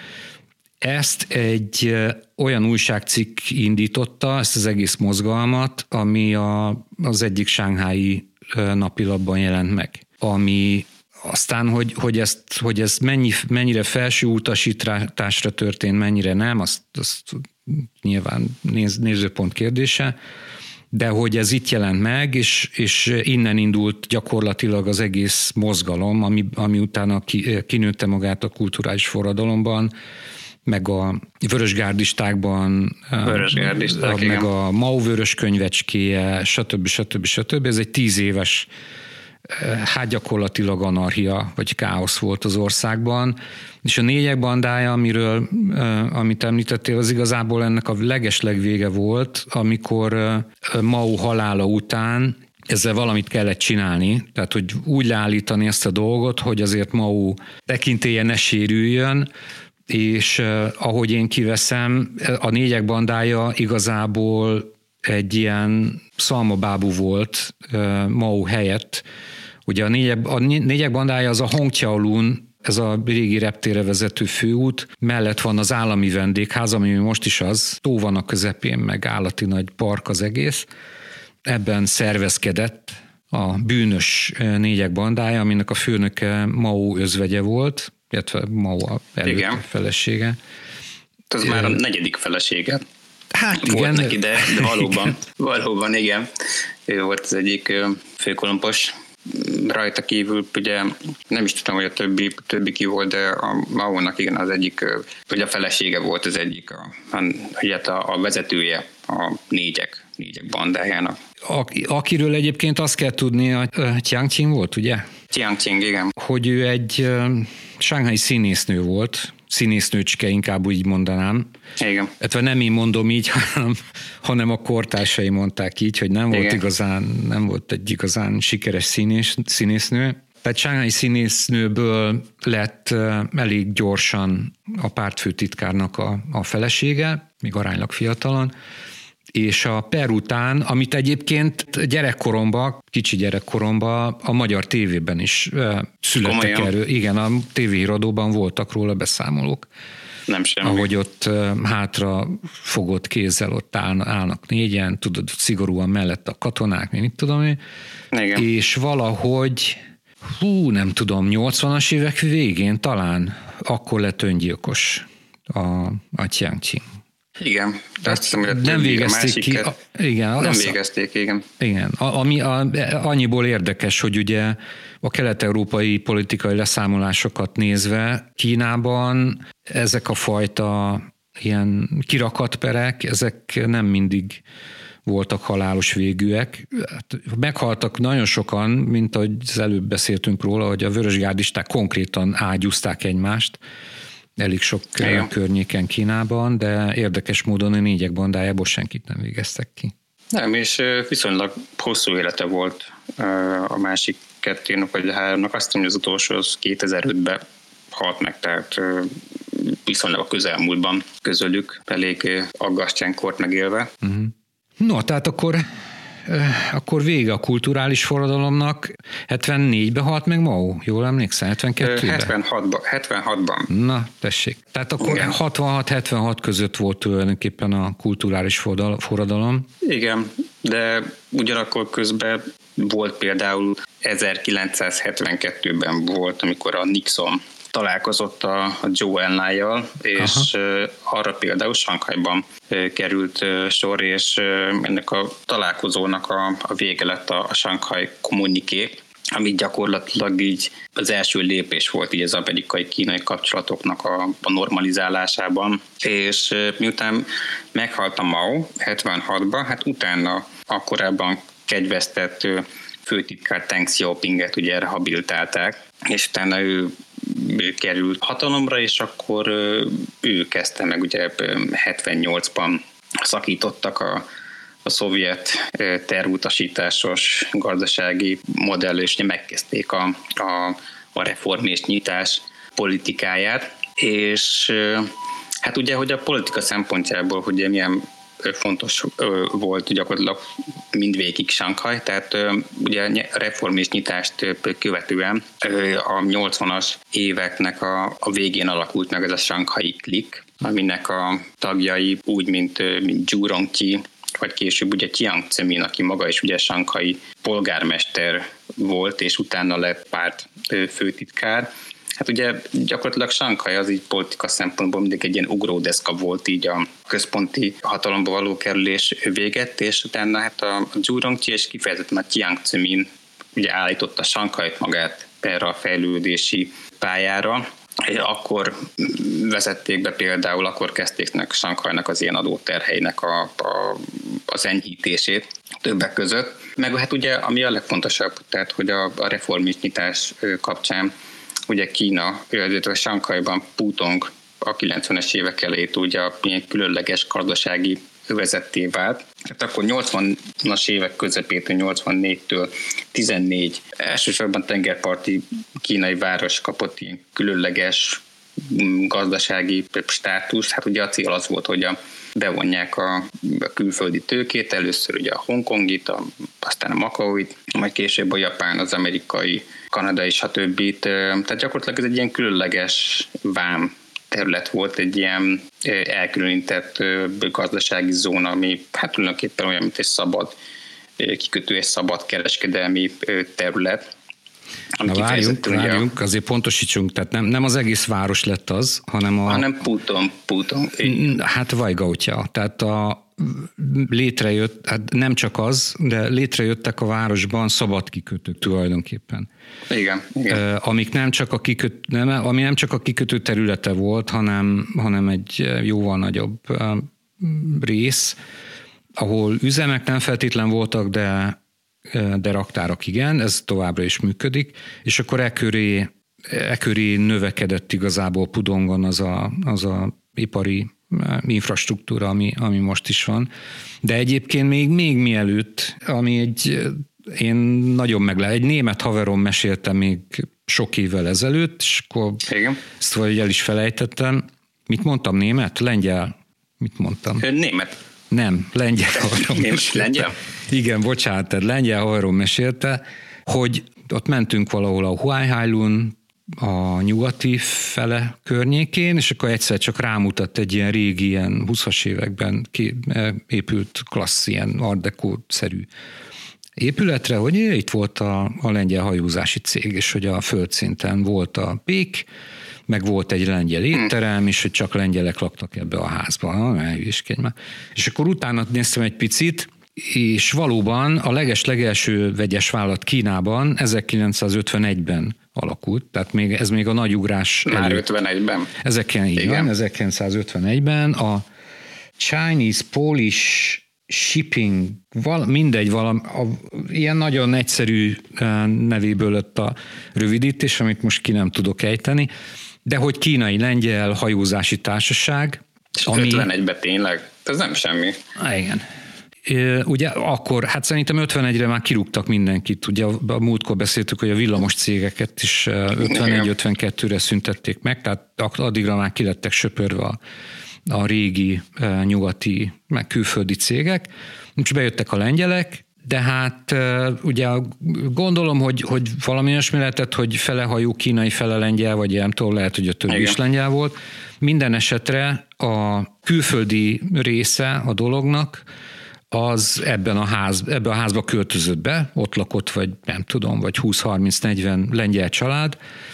Ezt egy olyan újságcikk indította, ezt az egész mozgalmat, ami a, az egyik sánghái napilapban jelent meg. Ami aztán, hogy, hogy, ezt, hogy ez mennyi, mennyire felső utasításra történt, mennyire nem, azt, azt nyilván néz, nézőpont kérdése, de hogy ez itt jelent meg, és, és innen indult gyakorlatilag az egész mozgalom, ami, ami utána ki, kinőtte magát a kulturális forradalomban, meg a vörösgárdistákban, Vörösgárdisták, meg igen. a Mao vörös könyvecskéje, stb. stb. stb. Ez egy tíz éves, hát gyakorlatilag anarchia, vagy káosz volt az országban, és a négyek bandája, amiről, amit említettél, az igazából ennek a legesleg vége volt, amikor Mao halála után ezzel valamit kellett csinálni, tehát hogy úgy leállítani ezt a dolgot, hogy azért Mao tekintélye ne sérüljön, és ahogy én kiveszem, a négyek bandája igazából egy ilyen szalmabábú volt Mao helyett. Ugye a négyek, a négyek bandája az a Hongqiaolun, ez a régi reptérre vezető főút, mellett van az állami vendégház, ami most is az, tó van a közepén, meg állati nagy park az egész. Ebben szervezkedett a bűnös négyek bandája, aminek a főnöke Mao özvegye volt, illetve Mao előtt felesége. Ez már a negyedik felesége. Hát volt igen. neki, de, de valóban, valóban igen. Ő volt az egyik főkolompos. Rajta kívül ugye nem is tudom, hogy a többi, többi ki volt, de a Mao-nak igen az egyik, vagy a felesége volt az egyik, a, a, a vezetője a négyek, négyek bandájának. Akiről egyébként azt kell tudni, hogy Jiang Qing volt, ugye? Jiang Qing, igen. Hogy ő egy uh, shanghai színésznő volt, színésznőcske, inkább úgy mondanám. Igen. Hát nem én mondom így, hanem, hanem a kortársai mondták így, hogy nem volt Igen. igazán, nem volt egy igazán sikeres színés, színésznő. Tehát shanghai színésznőből lett uh, elég gyorsan a pártfőtitkárnak a, a felesége, még aránylag fiatalon, és a per után, amit egyébként gyerekkoromban, kicsi gyerekkoromban a magyar tévében is uh, születtek Komolyan. Erről. Igen, a tévéhíradóban voltak róla beszámolók. Nem semmi. Ahogy ott uh, hátra fogott kézzel ott áll, állnak négyen, tudod, szigorúan mellett a katonák, mit tudom én. Igen. És valahogy, hú, nem tudom, nyolcvanas évek végén talán akkor lett öngyilkos a, a Jiang Qing. Igen, de azt hiszem, hogy nem végezték ki. A, igen, nem az, végezték, igen. Igen, a, ami a, annyiból érdekes, hogy ugye a kelet-európai politikai leszámolásokat nézve Kínában ezek a fajta ilyen kirakatperek, ezek nem mindig voltak halálos végűek. Meghaltak nagyon sokan, mint ahogy az előbb beszéltünk róla, hogy a vörösgárdisták konkrétan ágyúzták egymást, elég sok Igen. környéken Kínában, de érdekes módon a négyek bandájából senkit nem végeztek ki. Nem, és viszonylag hosszú élete volt a másik kettőnek, vagy a háromnak. Azt mondom, hogy az utolsó az kétezer-ötben halt meg, tehát viszonylag a közelmúltban közülük elég aggasztjánkort megélve. Uh-huh. No, tehát akkor akkor vége a kulturális forradalomnak. hetvennégyben halt meg Mao, jól emlékszel? hetvenkettőben? hetvenhatban. hetvenhatban. Na, tessék. Tehát akkor Igen. hatvanhat hetvenhat között volt tulajdonképpen a kulturális forradalom. Igen, de ugyanakkor közben volt például ezerkilencszázhetvenkettőben volt, amikor a Nixon találkozott a Zhou Enlai-jal, és Aha. arra például Sanghajban került sor, és ennek a találkozónak a, a vége lett a, a Sanghaj kommuniké, ami gyakorlatilag így az első lépés volt így az amerikai-kínai kapcsolatoknak a, a normalizálásában, és miután meghalt a Mao hetvenhatban, hát utána a korábban kegyvesztett főtitkár Deng Xiaopinget ugye rehabilitálták, és utána ő ő került hatalomra, és akkor ő kezdte meg, ugye hetvennyolcban szakítottak a, a szovjet tervutasításos gazdasági modell, és megkezdték a, a, a reform és nyitás politikáját, és hát ugye, hogy a politika szempontjából, hogy milyen fontos volt gyakorlatilag mindvégig Sanghaj, tehát ugye a reform és nyitást követően a nyolcvanas éveknek a, a végén alakult meg ez a Sanghai klik, aminek a tagjai úgy, mint, mint Zhu Rongji, vagy később ugye Jiang Zemin, aki maga is ugye sanghai polgármester volt, és utána lett párt főtitkár. Hát ugye gyakorlatilag Sanghaj az így politika szempontból mindig egy ilyen ugródeszka volt így a központi hatalomba való kerülés véget, és utána hát a Zhu Rongji és kifejezetten a Jiang Zemin ugye állította Sanghajt magát erre a fejlődési pályára. Akkor vezették be például, akkor kezdték meg Sanghajnak az ilyen adóterheinek a, a, az enyhítését többek között. Meg hát ugye, ami a legfontosabb, tehát hogy a, a reformnyitás kapcsán ugye Kína, illetve Sanghajban Putong a kilencvenes évek elejét ugye a különleges gazdasági övezetté vált. Hát akkor nyolcvanas évek közepétől, nyolcvannégytől tizennégy elsősorban tengerparti kínai város kapott ilyen különleges gazdasági státuszt. Hát ugye a cél az volt, hogy a, bevonják a, a külföldi tőkét, először ugye a Hongkongit, a, aztán a Makaóit, majd később a japán, az amerikai, Kanada és a többit. Tehát gyakorlatilag ez egy ilyen különleges vám terület volt, egy ilyen elkülönített gazdasági zóna, ami hát tulajdonképpen olyan, mint egy szabad kikötő és szabad kereskedelmi terület. Na várjunk, várjunk, azért pontosítsunk, tehát nem, nem az egész város lett az, hanem a... Hanem Puton, Puton. Hát Vajgautya, tehát a létrejött, hát nem csak az, de létrejöttek a városban szabad kikötők tulajdonképpen. Igen, igen. Amik nem csak a kikötő, nem, ami nem csak a kikötő területe volt, hanem, hanem egy jóval nagyobb rész, ahol üzemek nem feltétlen voltak, de, de raktárak igen, ez továbbra is működik, és akkor e köré, e köré növekedett igazából Pudongon az a, az a ipari infrastruktúra, ami, ami most is van. De egyébként még, még mielőtt, ami egy, én nagyon meglep, egy német haverom mesélte még sok évvel ezelőtt, és akkor igen. Ezt valahogy el is felejtettem. Mit mondtam, német? Lengyel? Mit mondtam? Német. Nem, lengyel haverom mesélte. Lengyel? Igen, bocsánat, tehát lengyel haverom mesélte, hogy ott mentünk valahol a Huayhailun, a nyugati fele környékén, és akkor egyszer csak rámutat egy ilyen régi, ilyen huszas években épült klassz, ilyen art deco-szerű épületre, hogy itt volt a, a lengyel hajózási cég, és hogy a földszinten volt a pék, meg volt egy lengyel étterem, és hogy csak lengyelek laktak ebbe a házban. Na, elhülyéskedj már. És akkor utána néztem egy picit, és valóban a leges-legelső vegyes vállalat Kínában ezerkilencszázötvenegyben alakult, tehát még, ez még a nagy ugrás Már előtt. ötvenegyben. Ezeken, így van, ezerkilencszázötvenegyben a Chinese Polish Shipping, val, mindegy, valami, a, ilyen nagyon egyszerű nevéből lett a rövidítés, amit most ki nem tudok ejteni, de hogy kínai-lengyel hajózási társaság. És ami... ötvenegyben tényleg? Ez nem semmi. Igen. Ugye akkor, hát szerintem ötvenegyre már kirúgtak mindenkit, ugye a múltkor beszéltük, hogy a villamos cégeket is ötvenegy-ötvenkettőre szüntették meg, tehát addigra már kilettek söpörve a, a régi nyugati, meg külföldi cégek, és bejöttek a lengyelek, de hát ugye gondolom, hogy, hogy valami olyasmi lehetett, hogy fele hajó kínai, fele lengyel, vagy nem tudom, lehet, hogy a többi is lengyel volt. Minden esetre a külföldi része a dolognak az ebben a, ház, ebben a házba költözött be, ott lakott, vagy nem tudom, vagy húsz-harminc-negyven lengyel család,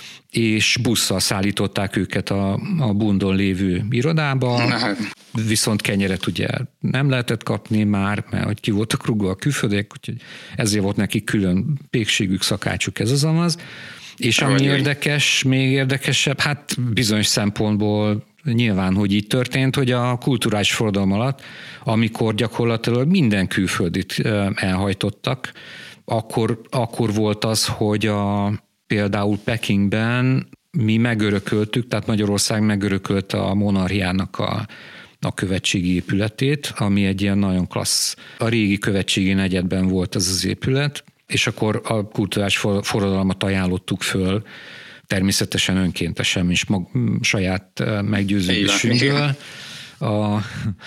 és busszal szállították őket a, a Bundon lévő irodába, viszont kenyeret ugye nem lehetett kapni már, mert hogy ki voltak rúgva a külföldiek, úgyhogy ezért volt nekik külön pékségük, szakácsuk, ez az amaz. És ami érdekes, még érdekesebb, hát bizonyos szempontból nyilván, hogy így történt, hogy a kulturális forradalom alatt, amikor gyakorlatilag minden külföldit elhajtottak, akkor, akkor volt az, hogy a, például Pekingben mi megörököltük, tehát Magyarország megörökölte a monarchiának a, a követségi épületét, ami egy ilyen nagyon klassz. A régi követségi negyedben volt ez az épület, és akkor a kulturális forradalmat ajánlottuk föl, természetesen önkéntesen is mag, saját meggyőződésünkből a,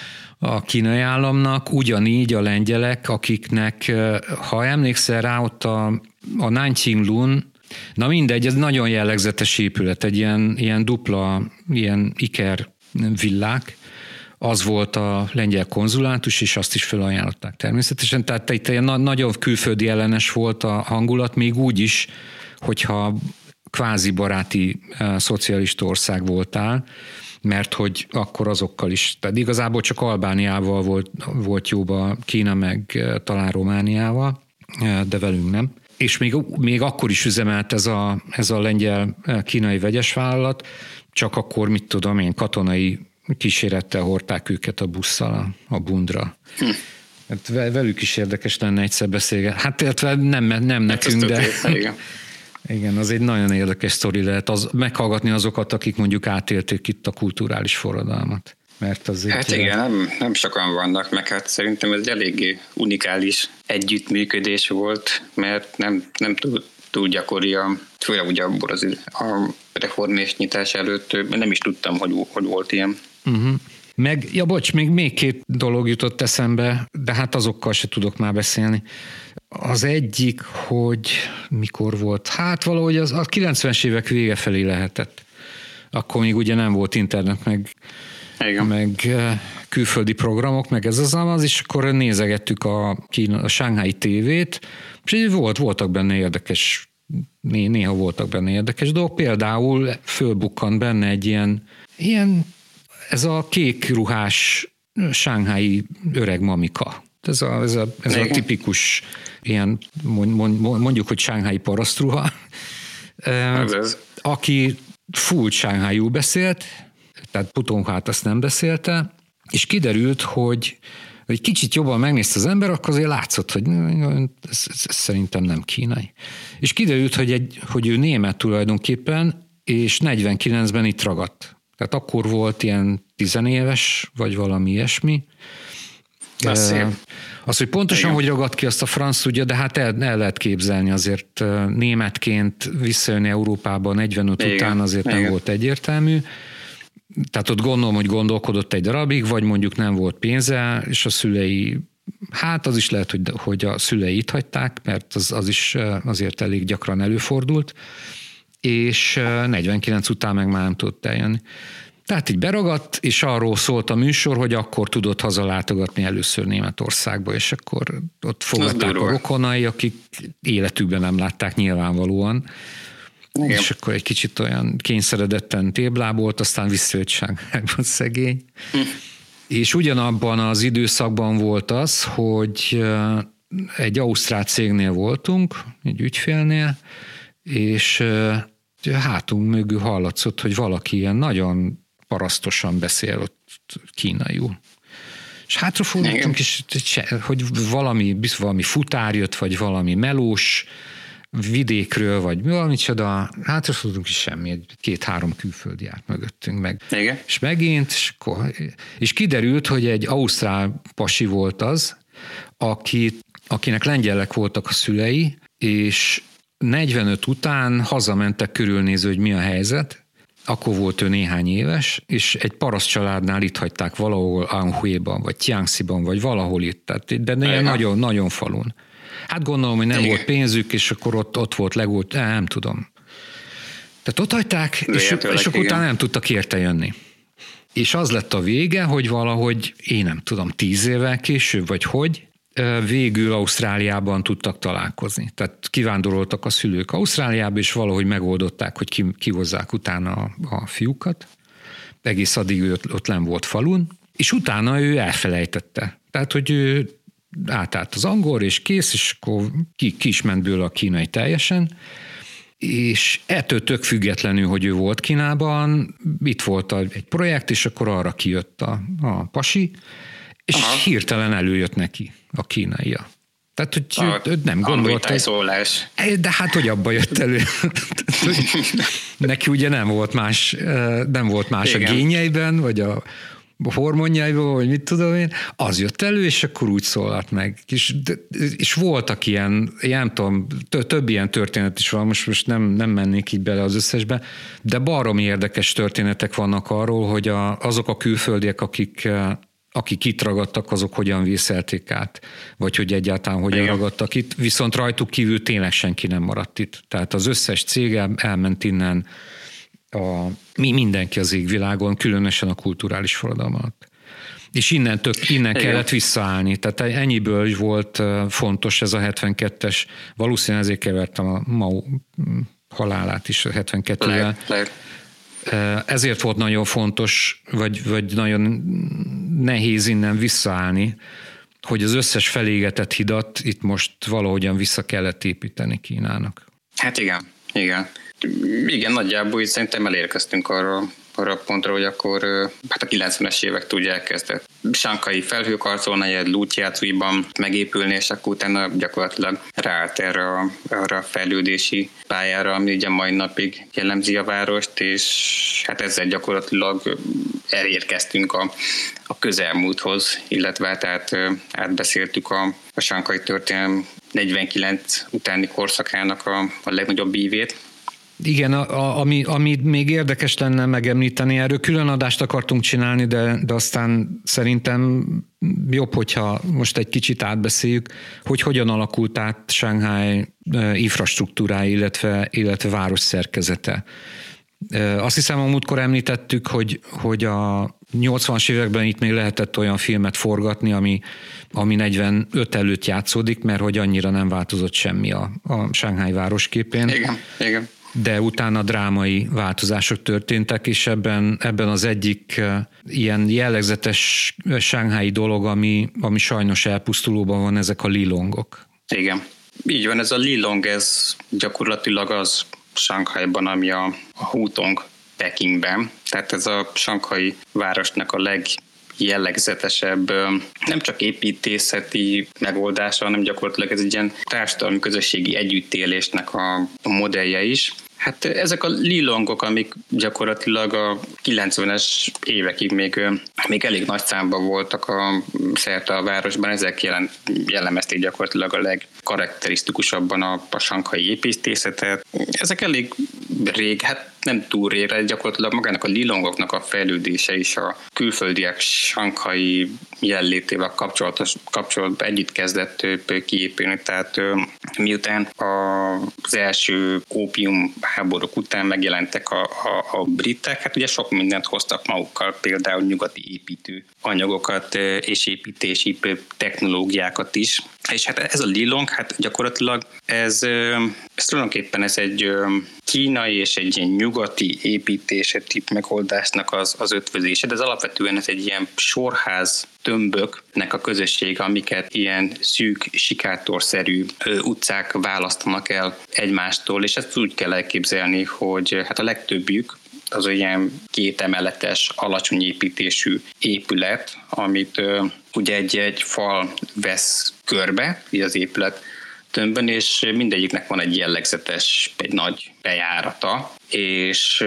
a kínai államnak, ugyanígy a lengyelek, akiknek, ha emlékszel rá, ott a, a Nanjinglun, na mindegy, ez nagyon jellegzetes épület, egy ilyen, ilyen dupla, ilyen iker villák, az volt a lengyel konzulátus, és azt is felajánlották természetesen. Tehát itt ilyen nagyon külföldi ellenes volt a hangulat, még úgy is, hogyha kvázi baráti szocialista ország voltál, mert hogy akkor azokkal is, tehát igazából csak Albániával volt, volt jóba Kína, meg talán Romániával, de velünk nem. És még, még akkor is üzemelt ez a, ez a lengyel-kínai vegyes vállalat, csak akkor, mit tudom én, katonai kísérettel hordták őket a busszal a, a Bundra. Hm. Hát velük is érdekes lenne egyszer beszélgetni. Hát illetve nem, nem nekünk, de... Igen. Igen, az egy nagyon érdekes sztori lehet, az, meghallgatni azokat, akik mondjuk átélték itt a kulturális forradalmat. Mert az hát igen, nem, nem sokan vannak, meg hát szerintem ez egy eléggé unikális együttműködés volt, mert nem, nem túl, túl gyakori, a, főleg ugye abból az, a reformés nyitás előtt, nem is tudtam, hogy, hogy volt ilyen. Uh-huh. Meg, ja bocs, még, még két dolog jutott eszembe, de hát azokkal se tudok már beszélni. Az egyik, hogy mikor volt? Hát valahogy az a kilencvenes évek vége felé lehetett. Akkor még ugye nem volt internet, meg Igen. meg külföldi programok, meg ez az az, és akkor nézegettük a, Kína, a shanghai tévét, és volt, voltak benne érdekes, néha voltak benne érdekes dolgok, például fölbukkant benne egy ilyen, ilyen ez a kék ruhás shanghai öreg mamika. Ez a, ez a, ez a tipikus ilyen, mondjuk, hogy shanghai parasztruha, ez ez. aki full shanghaiul beszélt, tehát putonghát azt nem beszélte, és kiderült, hogy egy kicsit jobban megnézte az ember, akkor azért látszott, hogy ez, ez, ez szerintem nem kínai. És kiderült, hogy, egy, hogy ő német tulajdonképpen, és negyvenkilencben itt ragadt. Tehát akkor volt ilyen tizenéves, vagy valami ilyesmi. Az, az, hogy pontosan, igen, hogy ragadt ki, azt a franc tudja, de hát el, el lehet képzelni, azért németként visszajönni Európába negyvenöt igen, után azért igen, nem volt egyértelmű. Tehát ott gondolom, hogy gondolkodott egy darabig, vagy mondjuk nem volt pénze, és a szülei, hát az is lehet, hogy, hogy a szülei itt hagyták, mert az, az is azért elég gyakran előfordult, és negyvenkilenc után meg már nem tudott eljönni. Tehát így beragadt, és arról szólt a műsor, hogy akkor tudott hazalátogatni először Németországba, és akkor ott fogadták a rokonai, akik életükben nem látták nyilvánvalóan. Igen. És akkor egy kicsit olyan kényszeredetten téblábolt, aztán visszajött Shanghaiban szegény. Hm. És ugyanabban az időszakban volt az, hogy egy ausztrál cégnél voltunk, egy ügyfélnél, és hátunk mögül hallatszott, hogy valaki ilyen nagyon parasztosan beszél ott kínaiul. És hátrafordultunk, és hogy valami, valami futár jött, vagy valami melós vidékről, vagy valami csoda, hátrafordultunk, és semmi, két-három külföldi járt mögöttünk meg. Igen. És megint, és, akkor, és kiderült, hogy egy ausztrál pasi volt az, aki, akinek lengyelek voltak a szülei, és negyvenöt után hazamentek körülnéző, hogy mi a helyzet, akkor volt ő néhány éves, és egy paraszt családnál itt hagyták valahol Anhui-ban, vagy Jiangxi-ban, vagy valahol itt, tehát, de ilyen nagyon, nagyon falun. Hát gondolom, hogy nem Igen. volt pénzük, és akkor ott, ott volt legót, nem tudom. Tehát ott hagyták, és, és akkor utána nem tudtak érte jönni. És az lett a vége, hogy valahogy, én nem tudom, tíz évvel később, vagy hogy, végül Ausztráliában tudtak találkozni. Tehát kivándoroltak a szülők Ausztráliába, és valahogy megoldották, hogy kihozzák utána a, a fiúkat. Egész addig ő ott nem volt falun, és utána ő elfelejtette. Tehát, hogy ő átállt az angol, és kész, és akkor ki, ki is ment bőle a kínai teljesen, és ettől tök függetlenül, hogy ő volt Kínában, itt volt egy projekt, és akkor arra kijött a, a pasi, és Aha. hirtelen előjött neki a kínaia. Tehát, hogy a, ő, ő nem gondolta. De hát, hogy abba jött elő. Neki ugye nem volt más, nem volt más a génjeiben, vagy a hormonjaiból, vagy mit tudom én, az jött elő, és akkor úgy szólalt meg. És, és voltak ilyen, ilyen tudom, több ilyen történet is van, most, most nem, nem mennék így bele az összesbe, de baromi érdekes történetek vannak arról, hogy a, azok a külföldiek, akik akik itt ragadtak, azok hogyan vészelték át, vagy hogy egyáltalán hogyan Igen. ragadtak itt, viszont rajtuk kívül tényleg senki nem maradt itt. Tehát az összes cég elment innen, a, mi mindenki az égvilágon, különösen a kulturális forradalom alatt. És innen, tök, innen kellett visszaállni. Tehát ennyiből volt fontos ez a hetvenkettes, valószínűleg ezért kevertem a Mao halálát is a hetvenkettővel. Ezért volt nagyon fontos, vagy, vagy nagyon nehéz innen visszaállni, hogy az összes felégetett hidat itt most valahogyan vissza kellett építeni Kínának. Hát igen, igen. Igen, nagyjából így szerintem elérkeztünk arra, arra a pontra, hogy akkor hát a kilencvenes évek tudja elkezdett shanghai felhőkarcoló negyed Lútyácújban megépülni, és akkor utána gyakorlatilag ráállt erre a, arra a fejlődési pályára, ami ugye mai napig jellemzi a várost, és hát ezzel gyakorlatilag elérkeztünk a, a közelmúlthoz, illetve tehát átbeszéltük a, a shanghai történelem negyvenkilenc utáni korszakának a, a legnagyobb ívét. Igen, a, a, ami, ami még érdekes lenne megemlíteni, erről külön adást akartunk csinálni, de, de aztán szerintem jobb, hogyha most egy kicsit átbeszéljük, hogy hogyan alakult át Shanghai infrastruktúrája, illetve, illetve város szerkezete. Azt hiszem, a múltkor említettük, hogy, hogy a nyolcvanas években itt még lehetett olyan filmet forgatni, ami, ami negyvenöt előtt játszódik, mert hogy annyira nem változott semmi a, a Shanghai városképén. Igen, igen. De utána drámai változások történtek, és ebben, ebben az egyik ilyen jellegzetes shanghai dolog, ami, ami sajnos elpusztulóban van, ezek a lilongok. Igen. Így van, ez a lilong, ez gyakorlatilag az Shanghaiban, ami a, a Hutong Pekingben. Tehát ez a shanghai városnak a legjellegzetesebb, nem csak építészeti megoldása, hanem gyakorlatilag ez egy ilyen társadalmi közösségi együttélésnek a modellje is. Hát ezek a lilongok, amik gyakorlatilag a kilencvenes évekig még, még elég nagy számban voltak a, szerte a városban, ezek jelen, jellemezték gyakorlatilag a legkarakterisztikusabban a, a shanghai építészetet. Ezek elég rég, hát nem túl rég, gyakorlatilag magának a lilongoknak a fejlődése is a külföldiek shanghai jellétével kapcsolatos, kapcsolatban együtt kezdett kiépülni. Tehát miután az első ópium háborúk után megjelentek a, a, a britek, hát ugye sok mindent hoztak magukkal, például nyugati építő anyagokat és építési technológiákat is. És hát ez a lilong, hát gyakorlatilag ez, ez tulajdonképpen ez egy kínai és egy ilyen nyugati építészeti megoldásnak az, az ötvözése, de ez alapvetően ez egy ilyen sorház tömböknek a közössége, amiket ilyen szűk, sikátorszerű utcák választanak el egymástól, és ezt úgy kell elképzelni, hogy hát a legtöbbjük az olyan kétemeletes, alacsony építésű épület, amit ugye egy-egy fal vesz körbe, így az épület tömbben, és mindegyiknek van egy jellegzetes, egy nagy bejárata, és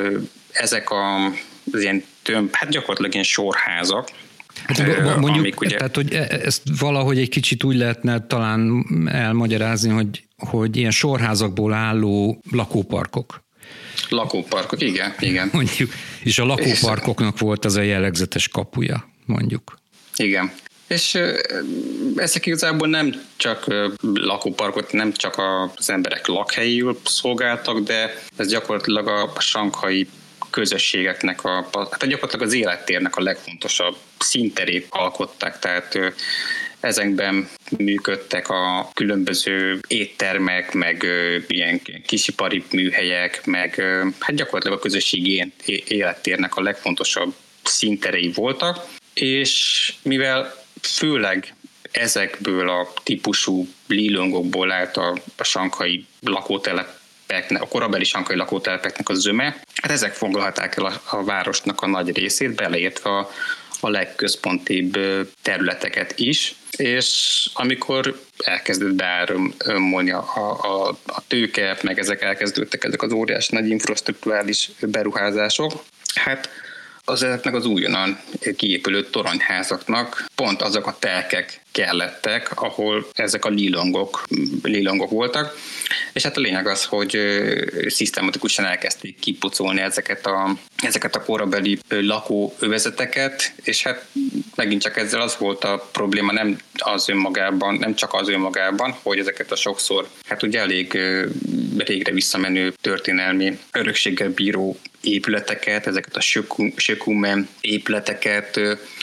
ezek a, az ilyen tömb, hát gyakorlatilag ilyen sorházak, hát, mondjuk, ugye... tehát, hogy ezt valahogy egy kicsit úgy lehetne talán elmagyarázni, hogy, hogy ilyen sorházakból álló lakóparkok. Lakóparkok, igen, igen. Mondjuk, és a lakóparkoknak volt az a jellegzetes kapuja, mondjuk. Igen. És ezek igazából nem csak lakóparkot, nem csak az emberek lakhelyül szolgáltak, de ez gyakorlatilag a shanghai közösségeknek, a, hát gyakorlatilag az élettérnek a legfontosabb színterét alkották, tehát ezekben működtek a különböző éttermek, meg ilyen kisipari műhelyek, meg hát gyakorlatilag a közösségi élettérnek a legfontosabb színterei voltak, és mivel főleg ezekből a típusú lilongokból állt a, a shanghai lakótelepeknek, a korabeli shanghai lakótelepeknek a zöme, hát ezek foglalták el a, a városnak a nagy részét, beleértve a, a legközpontibb területeket is, és amikor elkezdett beáramolni a, a, a tőke, meg ezek elkezdődtek ezek az óriási nagy infrastrukturális beruházások, hát az ezeknek az újonnan kiépülő toronyházaknak pont azok a telkek kellettek, ahol ezek a lilongok, lilongok voltak, és hát a lényeg az, hogy szisztematikusan elkezdték kipucolni ezeket a, ezeket a korabeli lakóövezeteket, és hát megint csak ezzel az volt a probléma, nem az önmagában, nem csak az önmagában, hogy ezeket a sokszor, hát ugye elég régre visszamenő történelmi örökséggel bíró épületeket, ezeket a sökumen épületeket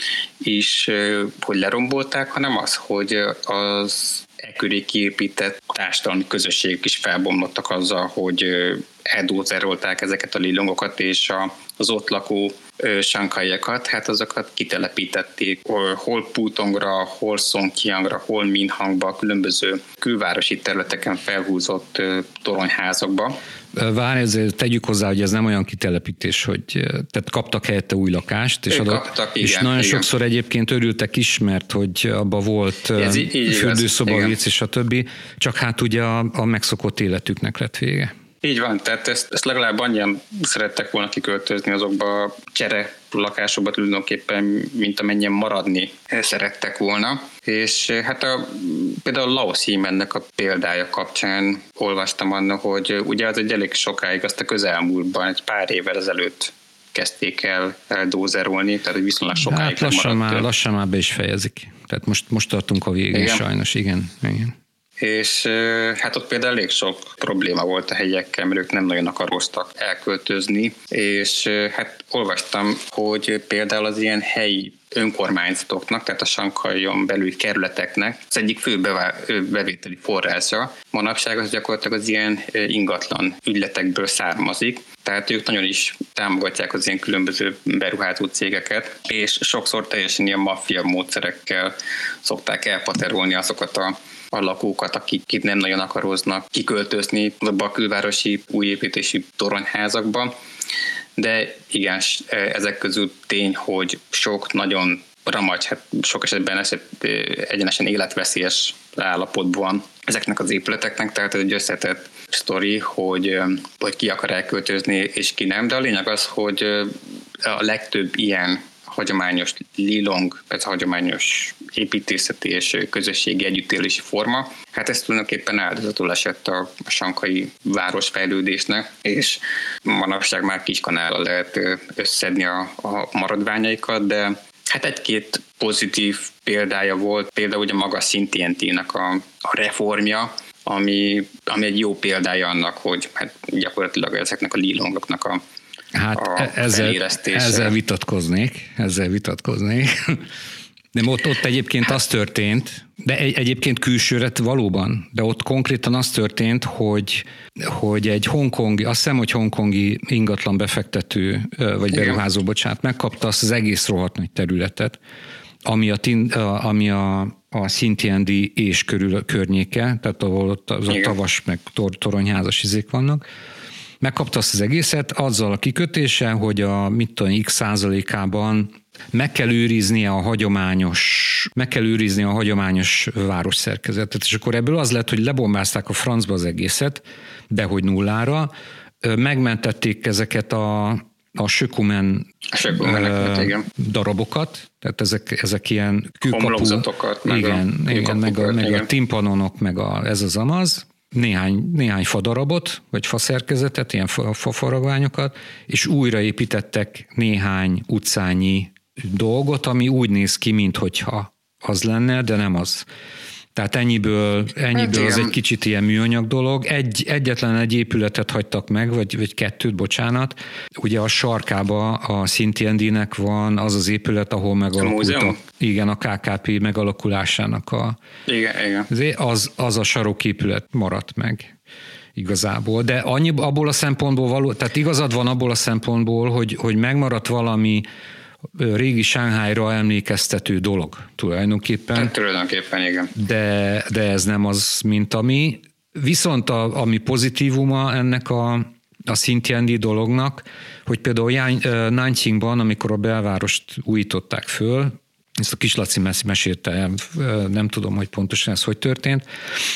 is, hogy lerombolták, hanem az, hogy az ekköré kiépített társadalmi közösségek is felbomlottak azzal, hogy eldózerolták ezeket a lilongokat, és az ott lakó shanghaiakat, hát azokat kitelepítették hol Putongra, hol Songqiangra, hol Minhangba, különböző külvárosi területeken felhúzott toronyházakba. Várj, ezért tegyük hozzá, hogy ez nem olyan kitelepítés, hogy tehát kaptak helyette új lakást, és, adott, kaptak, és igen, nagyon igen. sokszor egyébként örültek is, mert hogy abba volt fürdőszoba, víz és a többi, csak hát ugye a, a megszokott életüknek lett vége. Így van, tehát ezt, ezt legalább annyian szerettek volna kiköltözni azokba a csere lakásokba tulajdonképpen, mint amennyien maradni szerettek volna. És hát a, például a Laos Hímennek a példája kapcsán olvastam annak, hogy ugye az egy elég sokáig, azt a közelmúltban, egy pár évvel ezelőtt kezdték el eldózerolni, tehát viszonylag sokáig hát lassan már, lassan már be is fejezik. Tehát most, most tartunk a végén, igen. Sajnos, igen. igen. és hát ott például elég sok probléma volt a helyiekkel, mert ők nem nagyon akaroztak elköltözni, és hát olvastam, hogy például az ilyen helyi önkormányzatoknak, tehát a Sanghajon belüli kerületeknek az egyik fő bevételi forrása manapság az gyakorlatilag az ilyen ingatlan ügyletekből származik, tehát ők nagyon is támogatják az ilyen különböző beruházó cégeket, és sokszor teljesen ilyen maffia módszerekkel szokták elpaterolni azokat a a lakókat, akik itt nem nagyon akaroznak kiköltözni abba a külvárosi újépítési toronyházakba. De igen, ezek közül tény, hogy sok nagyon ramagy, hát sok esetben eset, egyenesen életveszélyes állapotban ezeknek az épületeknek, tehát ez egy összetett sztori, hogy, hogy ki akar elköltözni és ki nem, de a lényeg az, hogy a legtöbb ilyen hagyományos lilong, ez a hagyományos építészeti és közösségi együttélési forma. Hát ez tulajdonképpen áldozatul esett a sanghai városfejlődésnek, és manapság már Kiskanállal lehet összedni a, a maradványaikat, de hát egy-két pozitív példája volt, például ugye maga Szintientének a, a reformja, ami, ami egy jó példája annak, hogy hát gyakorlatilag ezeknek a lilongoknak a Hát ezzel, ezzel vitatkoznék, ezzel vitatkoznék. De ott, ott egyébként az történt, de egy, egyébként külsőre valóban, de ott konkrétan az történt, hogy, hogy egy hongkongi, azt hiszem, hogy hongkongi ingatlan befektető, vagy beruházó, bocsánat, megkapta azt az egész rohadt nagy területet, ami a, ami a, a Xintiandi és körül környéke, tehát ahol ott az a tavas meg tor, toronyházas izék vannak, megkapta azt az egészet azzal a kikötése, hogy a mit tudom, x százalékában meg kell őriznie a hagyományos, meg kell őriznie a hagyományos városszerkezetet. És akkor ebből az lett, hogy lebombázták a francba az egészet, de hogy nullára, megmentették ezeket a, a sökumen darabokat, tehát ezek, ezek ilyen kőkapu, igen, meg, igen, meg, a, meg a timpanonok, meg a, ez az amaz, néhány, néhány fadarabot, vagy faszerkezetet, ilyen fafaragványokat, és újraépítettek néhány utcányi dolgot, ami úgy néz ki, minthogyha az lenne, de nem az. Tehát ennyiből, ennyiből hát az egy kicsit ilyen műanyag dolog. Egy, egyetlen egy épületet hagytak meg, vagy, vagy kettőt, bocsánat. Ugye a sarkába a Xintiandinek van az az épület, ahol megalakult igen, a ká ká pé megalakulásának a... Igen, igen. Az, az a saroképület maradt meg igazából. De annyi, abból a szempontból való, tehát igazad van abból a szempontból, hogy, hogy megmaradt valami régi Shanghai-ra emlékeztető dolog tulajdonképpen. Hát, tulajdonképpen, igen. De, de ez nem az, mint ami. Viszont a, ami pozitívuma ennek a, a Xintiandi dolognak, hogy például Nanjingban, amikor a belvárost újították föl, ezt a Kislaci mesélte, nem tudom, hogy pontosan ez hogy történt,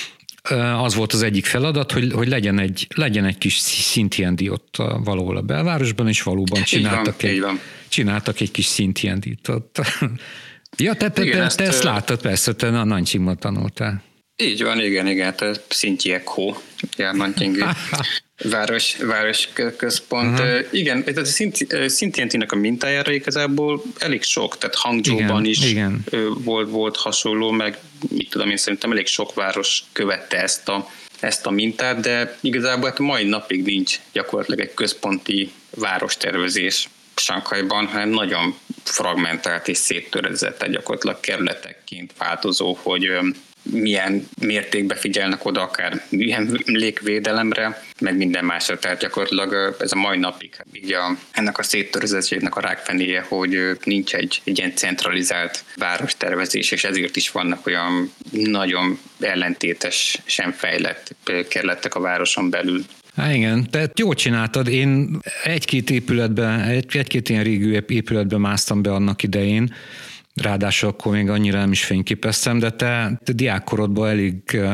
az volt az egyik feladat, hogy, hogy legyen, egy, legyen egy kis Xintiandi ott valahol a belvárosban, és valóban csináltak, van, egy, csináltak egy kis Xintiandit ott. Ja, te, te, igen, te, te ezt, ezt láttad, persze, te a Nanjingban tanultál. Így van, igen, igen, te Xintiekho, ja, Nanjingi város, város központ. Uh-huh. Igen, ez a Xintiandinek a mintájára igazából elég sok, tehát Hangzhouban is igen. Volt, volt hasonló, meg mit tudom én, szerintem elég sok város követte ezt a, ezt a mintát, de igazából hát mai napig nincs gyakorlatilag egy központi várostervezés Sanghajban, hanem nagyon fragmentált és széttörezett, gyakorlatilag kerületekként változó, hogy milyen mértékben figyelnek oda, akár milyen légvédelemre, meg minden másra. Tehát gyakorlatilag ez a mai napig így a, ennek a széttörezettségnek a rákfenéje, hogy nincs egy, egy ilyen centralizált várostervezés, és ezért is vannak olyan nagyon ellentétes, sem fejlett kerületek a városon belül. Há igen, te jól csináltad. Én egy-két épületben, egy, egy-két ilyen régi épületben másztam be annak idején, ráadásul akkor még annyira nem is fényképeztem, de te, te diákkorodban elég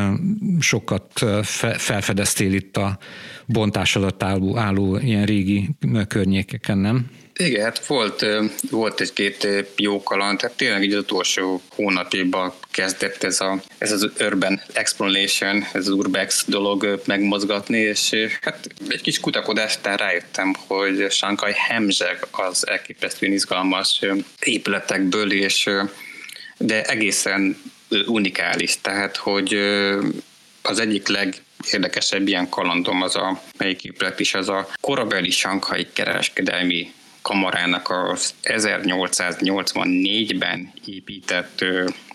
sokat felfedeztél itt a bontás alatt álló, álló ilyen régi környékeken, nem? Igen, hát volt, volt egy-két jó kaland, tehát tényleg így az utolsó hónapjában kezdett ez, a, ez az Urban Exploration, ez az Urbex dolog megmozgatni, és hát egy kis kutakodástán rájöttem, hogy Sanghai hemzseg az elképesztően izgalmas épületekből, és de egészen unikális, tehát hogy az egyik legérdekesebb ilyen kalandom az a, melyik épület is, az a korabeli sanghai kereskedelmi kamarának az ezernyolcszáznyolcvannégyben épített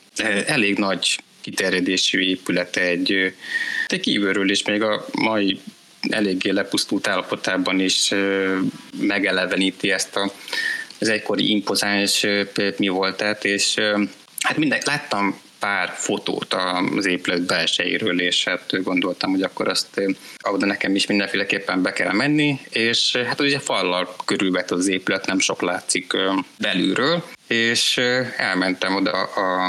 elég nagy kiterjedésű épület, egy, egy kívülről is még a mai eléggé lepusztult állapotában is megeleveníti ezt a, az egykori impozáns mi voltát, és hát minden, láttam pár fotót az épület belsejéről, és hát gondoltam, hogy akkor azt oda nekem is mindenféleképpen be kell menni, és hát ugye fallal körülvett az épület, nem sok látszik belülről, és elmentem oda a,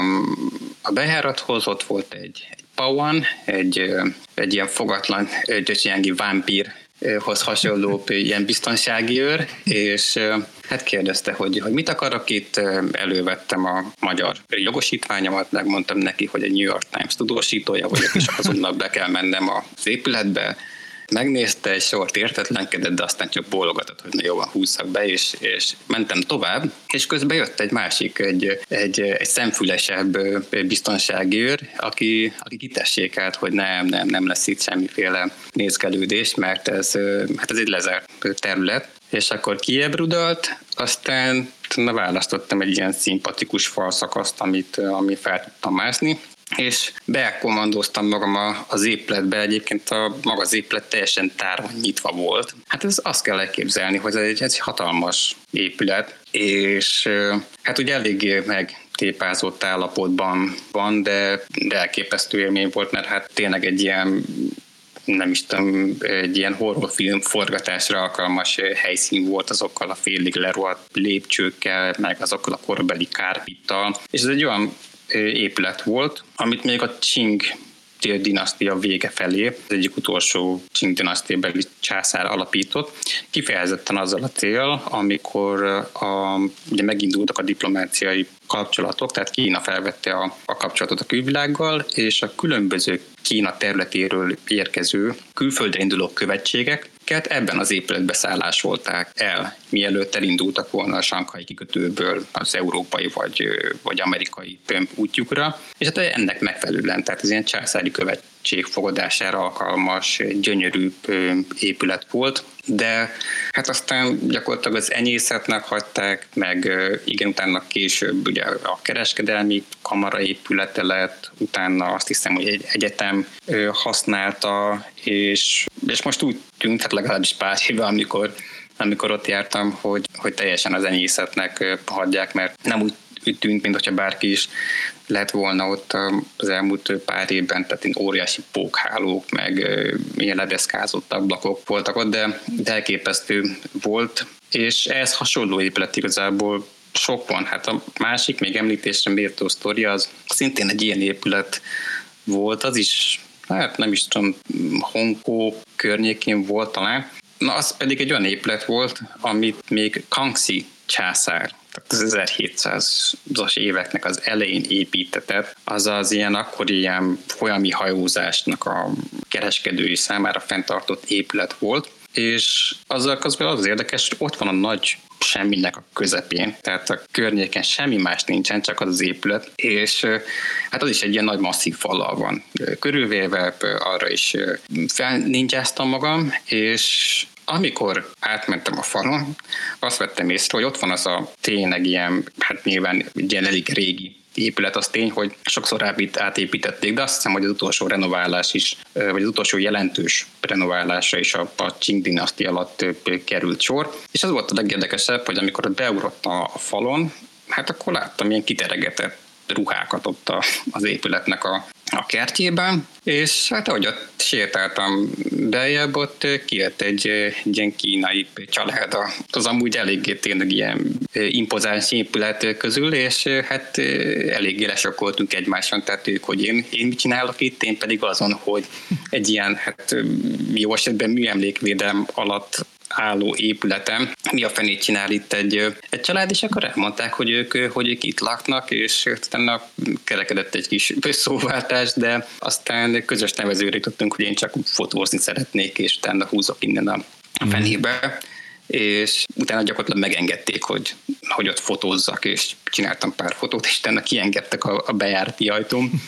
a bejárathoz, ott volt egy, egy pawan, egy, egy ilyen fogatlan gyöcsényi vámpír hoz hasonló ilyen biztonsági őr, és hát kérdezte, hogy, hogy mit akarok itt, elővettem a magyar jogosítványomat, megmondtam neki, hogy a New York Times tudósítója vagyok, és azonnal be kell mennem az épületbe. Megnézte, egy sort értetlenkedett, de aztán csak bólogatott, hogy na jó, van, húzzak be, és, és mentem tovább, és közben jött egy másik, egy, egy, egy szemfülesebb biztonsági őr, aki, aki kitessékelt, hogy nem, nem, nem lesz itt semmiféle nézgelődés, mert ez, hát ez egy lezárt terület, és akkor kiebrudolt, aztán na, választottam egy ilyen szimpatikus falszakaszt, amit, ami fel tudtam mászni, és bekommandoztam magam az épületbe, egyébként a maga az épület teljesen tárva nyitva volt. Hát ez azt kell elképzelni, hogy ez egy, ez egy hatalmas épület, és hát ugye eléggé megtépázott állapotban van, de, de elképesztő élmény volt, mert hát tényleg egy ilyen, nem is tudom, egy ilyen horrorfilm forgatásra alkalmas helyszín volt azokkal a félig lerohadt lépcsőkkel, meg azokkal a korabeli kárpittal, és ez egy olyan épület volt, amit még a Qing dinasztia vége felé, az egyik utolsó Qing dinasztiabeli császár alapított, kifejezetten azzal a cél, amikor a, ugye megindultak a diplomáciai kapcsolatok, tehát Kína felvette a, a kapcsolatot a külvilággal, és a különböző Kína területéről érkező külföldre induló követségeket ebben az épületbe szállásolták el, mielőtt elindultak volna a sanghai kikötőből az európai vagy, vagy amerikai útjukra, és hát ennek megfelelően, tehát ez ilyen császári követség fogadására alkalmas, gyönyörű épület volt, de hát aztán gyakorlatilag az enyészetnek hagyták, meg igen, utána később ugye a kereskedelmi kamara épülete lett, utána azt hiszem, hogy egy egyetem használta, és, és most úgy tűnt, hát legalábbis pár éve, amikor, amikor ott jártam, hogy, hogy teljesen az enyészetnek hagyják, mert nem úgy tűnt, mint hogyha bárki is lett volna ott az elmúlt pár évben, tehát óriási pókhálók, meg ilyen ledeszkázott ablakok voltak ott, de, de elképesztő volt, és ehhez hasonló épület igazából sok van. Hát a másik, még említésre méltó sztori, az szintén egy ilyen épület volt, az is, hát nem is tudom, Hongkong környékén volt talán. Na, az pedig egy olyan épület volt, amit még Kangxi császár, tehát az ezerhétszázas éveknek az elején építetett, azaz ilyen akkori ilyen folyami hajózásnak a kereskedői számára fenntartott épület volt, és azzal közben az érdekes, hogy ott van a nagy semminek a közepén, tehát a környéken semmi más nincsen, csak az az épület, és hát az is egy ilyen nagy masszív fallal van körülvéve, arra is felninjáztam magam, és amikor átmentem a falon, azt vettem észre, hogy ott van az a tényleg ilyen, hát nyilván ilyen elég régi épület, az tény, hogy sokszor átépítették, de azt hiszem, hogy az utolsó renoválás is, vagy az utolsó jelentős renoválásra is a, a Qing dinasztia alatt került sor. És az volt a legérdekesebb, hogy amikor beugrott a, a falon, hát akkor láttam ilyen kiteregetett ruhákat ott a, az épületnek a, a kertjében, és hát ahogy ott sétáltam beljebb, ott kijött egy, egy ilyen kínai család az amúgy eléggé tényleg ilyen impozáns épület közül, és hát eléggé lesokkoltunk egymáson, tehát ők, hogy én, én mit csinálok itt, én pedig azon, hogy egy ilyen, hát jó esetben műemlékvédelem alatt álló épületem, mi a fenét csinál itt egy, egy család, és akkor elmondták, hogy ők, hogy ők itt laknak, és utána kerekedett egy kis szóváltás, de aztán közös nevezőre jutottunk, hogy én csak fotózni szeretnék, és utána húzok innen a fenébe, és utána gyakorlatilag megengedték, hogy, hogy ott fotózzak, és csináltam pár fotót, és utána kiengedtek a, a bejárati ajtón.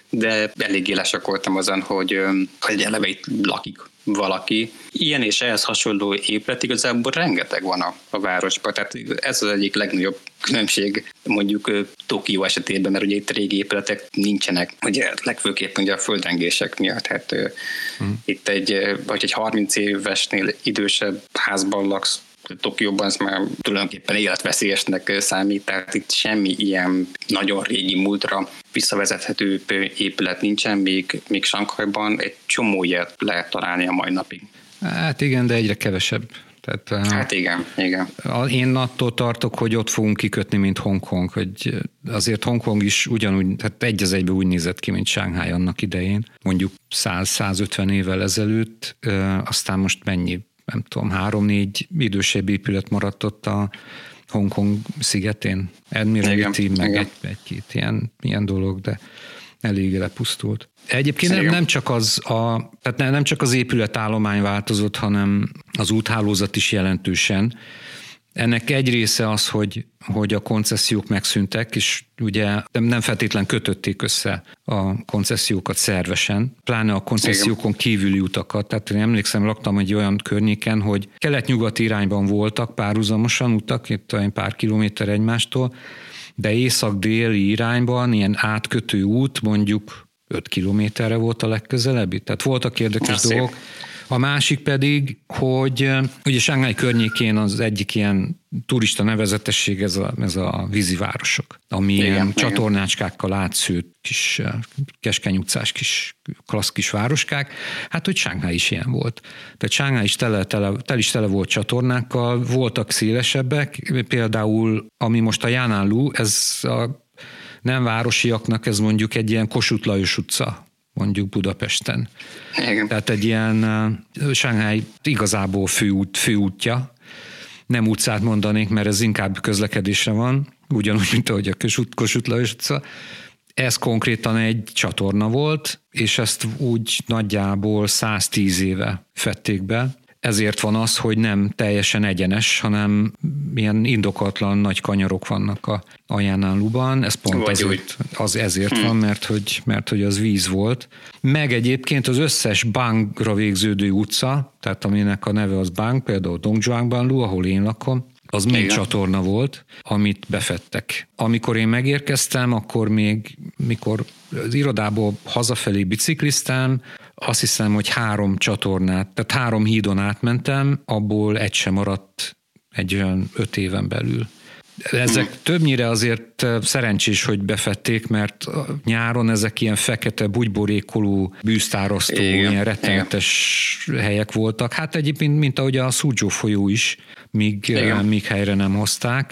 de eléggé lesakoltam azon, hogy, hogy eleve itt lakik valaki. Ilyen és ehhez hasonló épület igazából rengeteg van a, a városban, tehát ez az egyik legnagyobb különbség mondjuk Tokió esetében, mert ugye itt régi épületek nincsenek, ugye legfőképpen ugye a földrengések miatt, hát hmm. itt egy, vagy egy harminc évesnél idősebb házban laksz, Tokióban ez már tulajdonképpen életveszélyesnek számít, tehát itt semmi ilyen nagyon régi múltra visszavezethető épület nincsen, még, még Sanghajban egy csomó ilyet lehet találni a mai napig. Hát igen, de egyre kevesebb. Tehát, hát igen, igen. Én attól tartok, hogy ott fogunk kikötni, mint Hongkong, hogy azért Hongkong is ugyanúgy, tehát egy az egyben úgy nézett ki, mint Shanghai annak idején, mondjuk száz-százötven évvel ezelőtt, aztán most mennyi, nem tudom, három-négy idősebb épület maradt ott a Hongkong szigetén. Admiralty, meg egy, egy-két ilyen, ilyen dolog, de elég lepusztult. Egyébként nem, nem csak az a, tehát nem csak az épületállomány változott, hanem az úthálózat is jelentősen. Ennek egy része az, hogy, hogy a koncesziók megszűntek, és ugye nem feltétlen kötötték össze a koncesziókat szervesen, pláne a koncesziókon kívüli utakat. Tehát én emlékszem, laktam egy olyan környéken, hogy kelet-nyugati irányban voltak párhuzamosan utak, itt olyan pár kilométer egymástól, de észak-déli irányban ilyen átkötő út mondjuk öt kilométerre volt a legközelebbi. Tehát voltak érdekes Na, dolgok. Szép. A másik pedig, hogy ugye Shanghai környékén az egyik ilyen turista nevezetesség ez a, ez a vízivárosok, ami igen, ilyen igen. csatornácskákkal átszőtt kis keskeny utcás kis klassz kis városkák. Hát, hogy Shanghai is ilyen volt. Tehát Shanghai is tele, tele, tele is tele volt csatornákkal, voltak szélesebbek, például ami most a Yan'an-lu, ez a nem városiaknak ez mondjuk egy ilyen Kossuth Lajos utca, mondjuk Budapesten. Igen. Tehát egy ilyen uh, Shanghai igazából főút, főútja. Nem utcát mondanék, mert ez inkább közlekedésre van, ugyanúgy, mint ahogy a Kossuth Lajos utca. Ez konkrétan egy csatorna volt, és ezt úgy nagyjából száztíz éve fedték be. Ezért van az, hogy nem teljesen egyenes, hanem ilyen indokatlan nagy kanyarok vannak a, a Yan'an-luban. Ez pont ezért, az ezért hmm. van, mert hogy, mert hogy az víz volt. Meg egyébként az összes Bangra végződő utca, tehát aminek a neve az Bang, például Dongzhuangbanlu, ahol én lakom, az még Igen. csatorna volt, amit befedtek. Amikor én megérkeztem, akkor még, mikor az irodából hazafelé bicikliztem, azt hiszem, hogy három csatornát, tehát három hídon átmentem, abból egy sem maradt egy olyan öt éven belül. Ezek hmm. többnyire azért szerencsés, hogy befedték, mert nyáron ezek ilyen fekete, bugyborékoló, bűztárasztó, Igen. ilyen rettenetes Igen. helyek voltak. Hát egyébként, mint ahogy a Suzhou folyó is, míg, míg helyre nem hozták.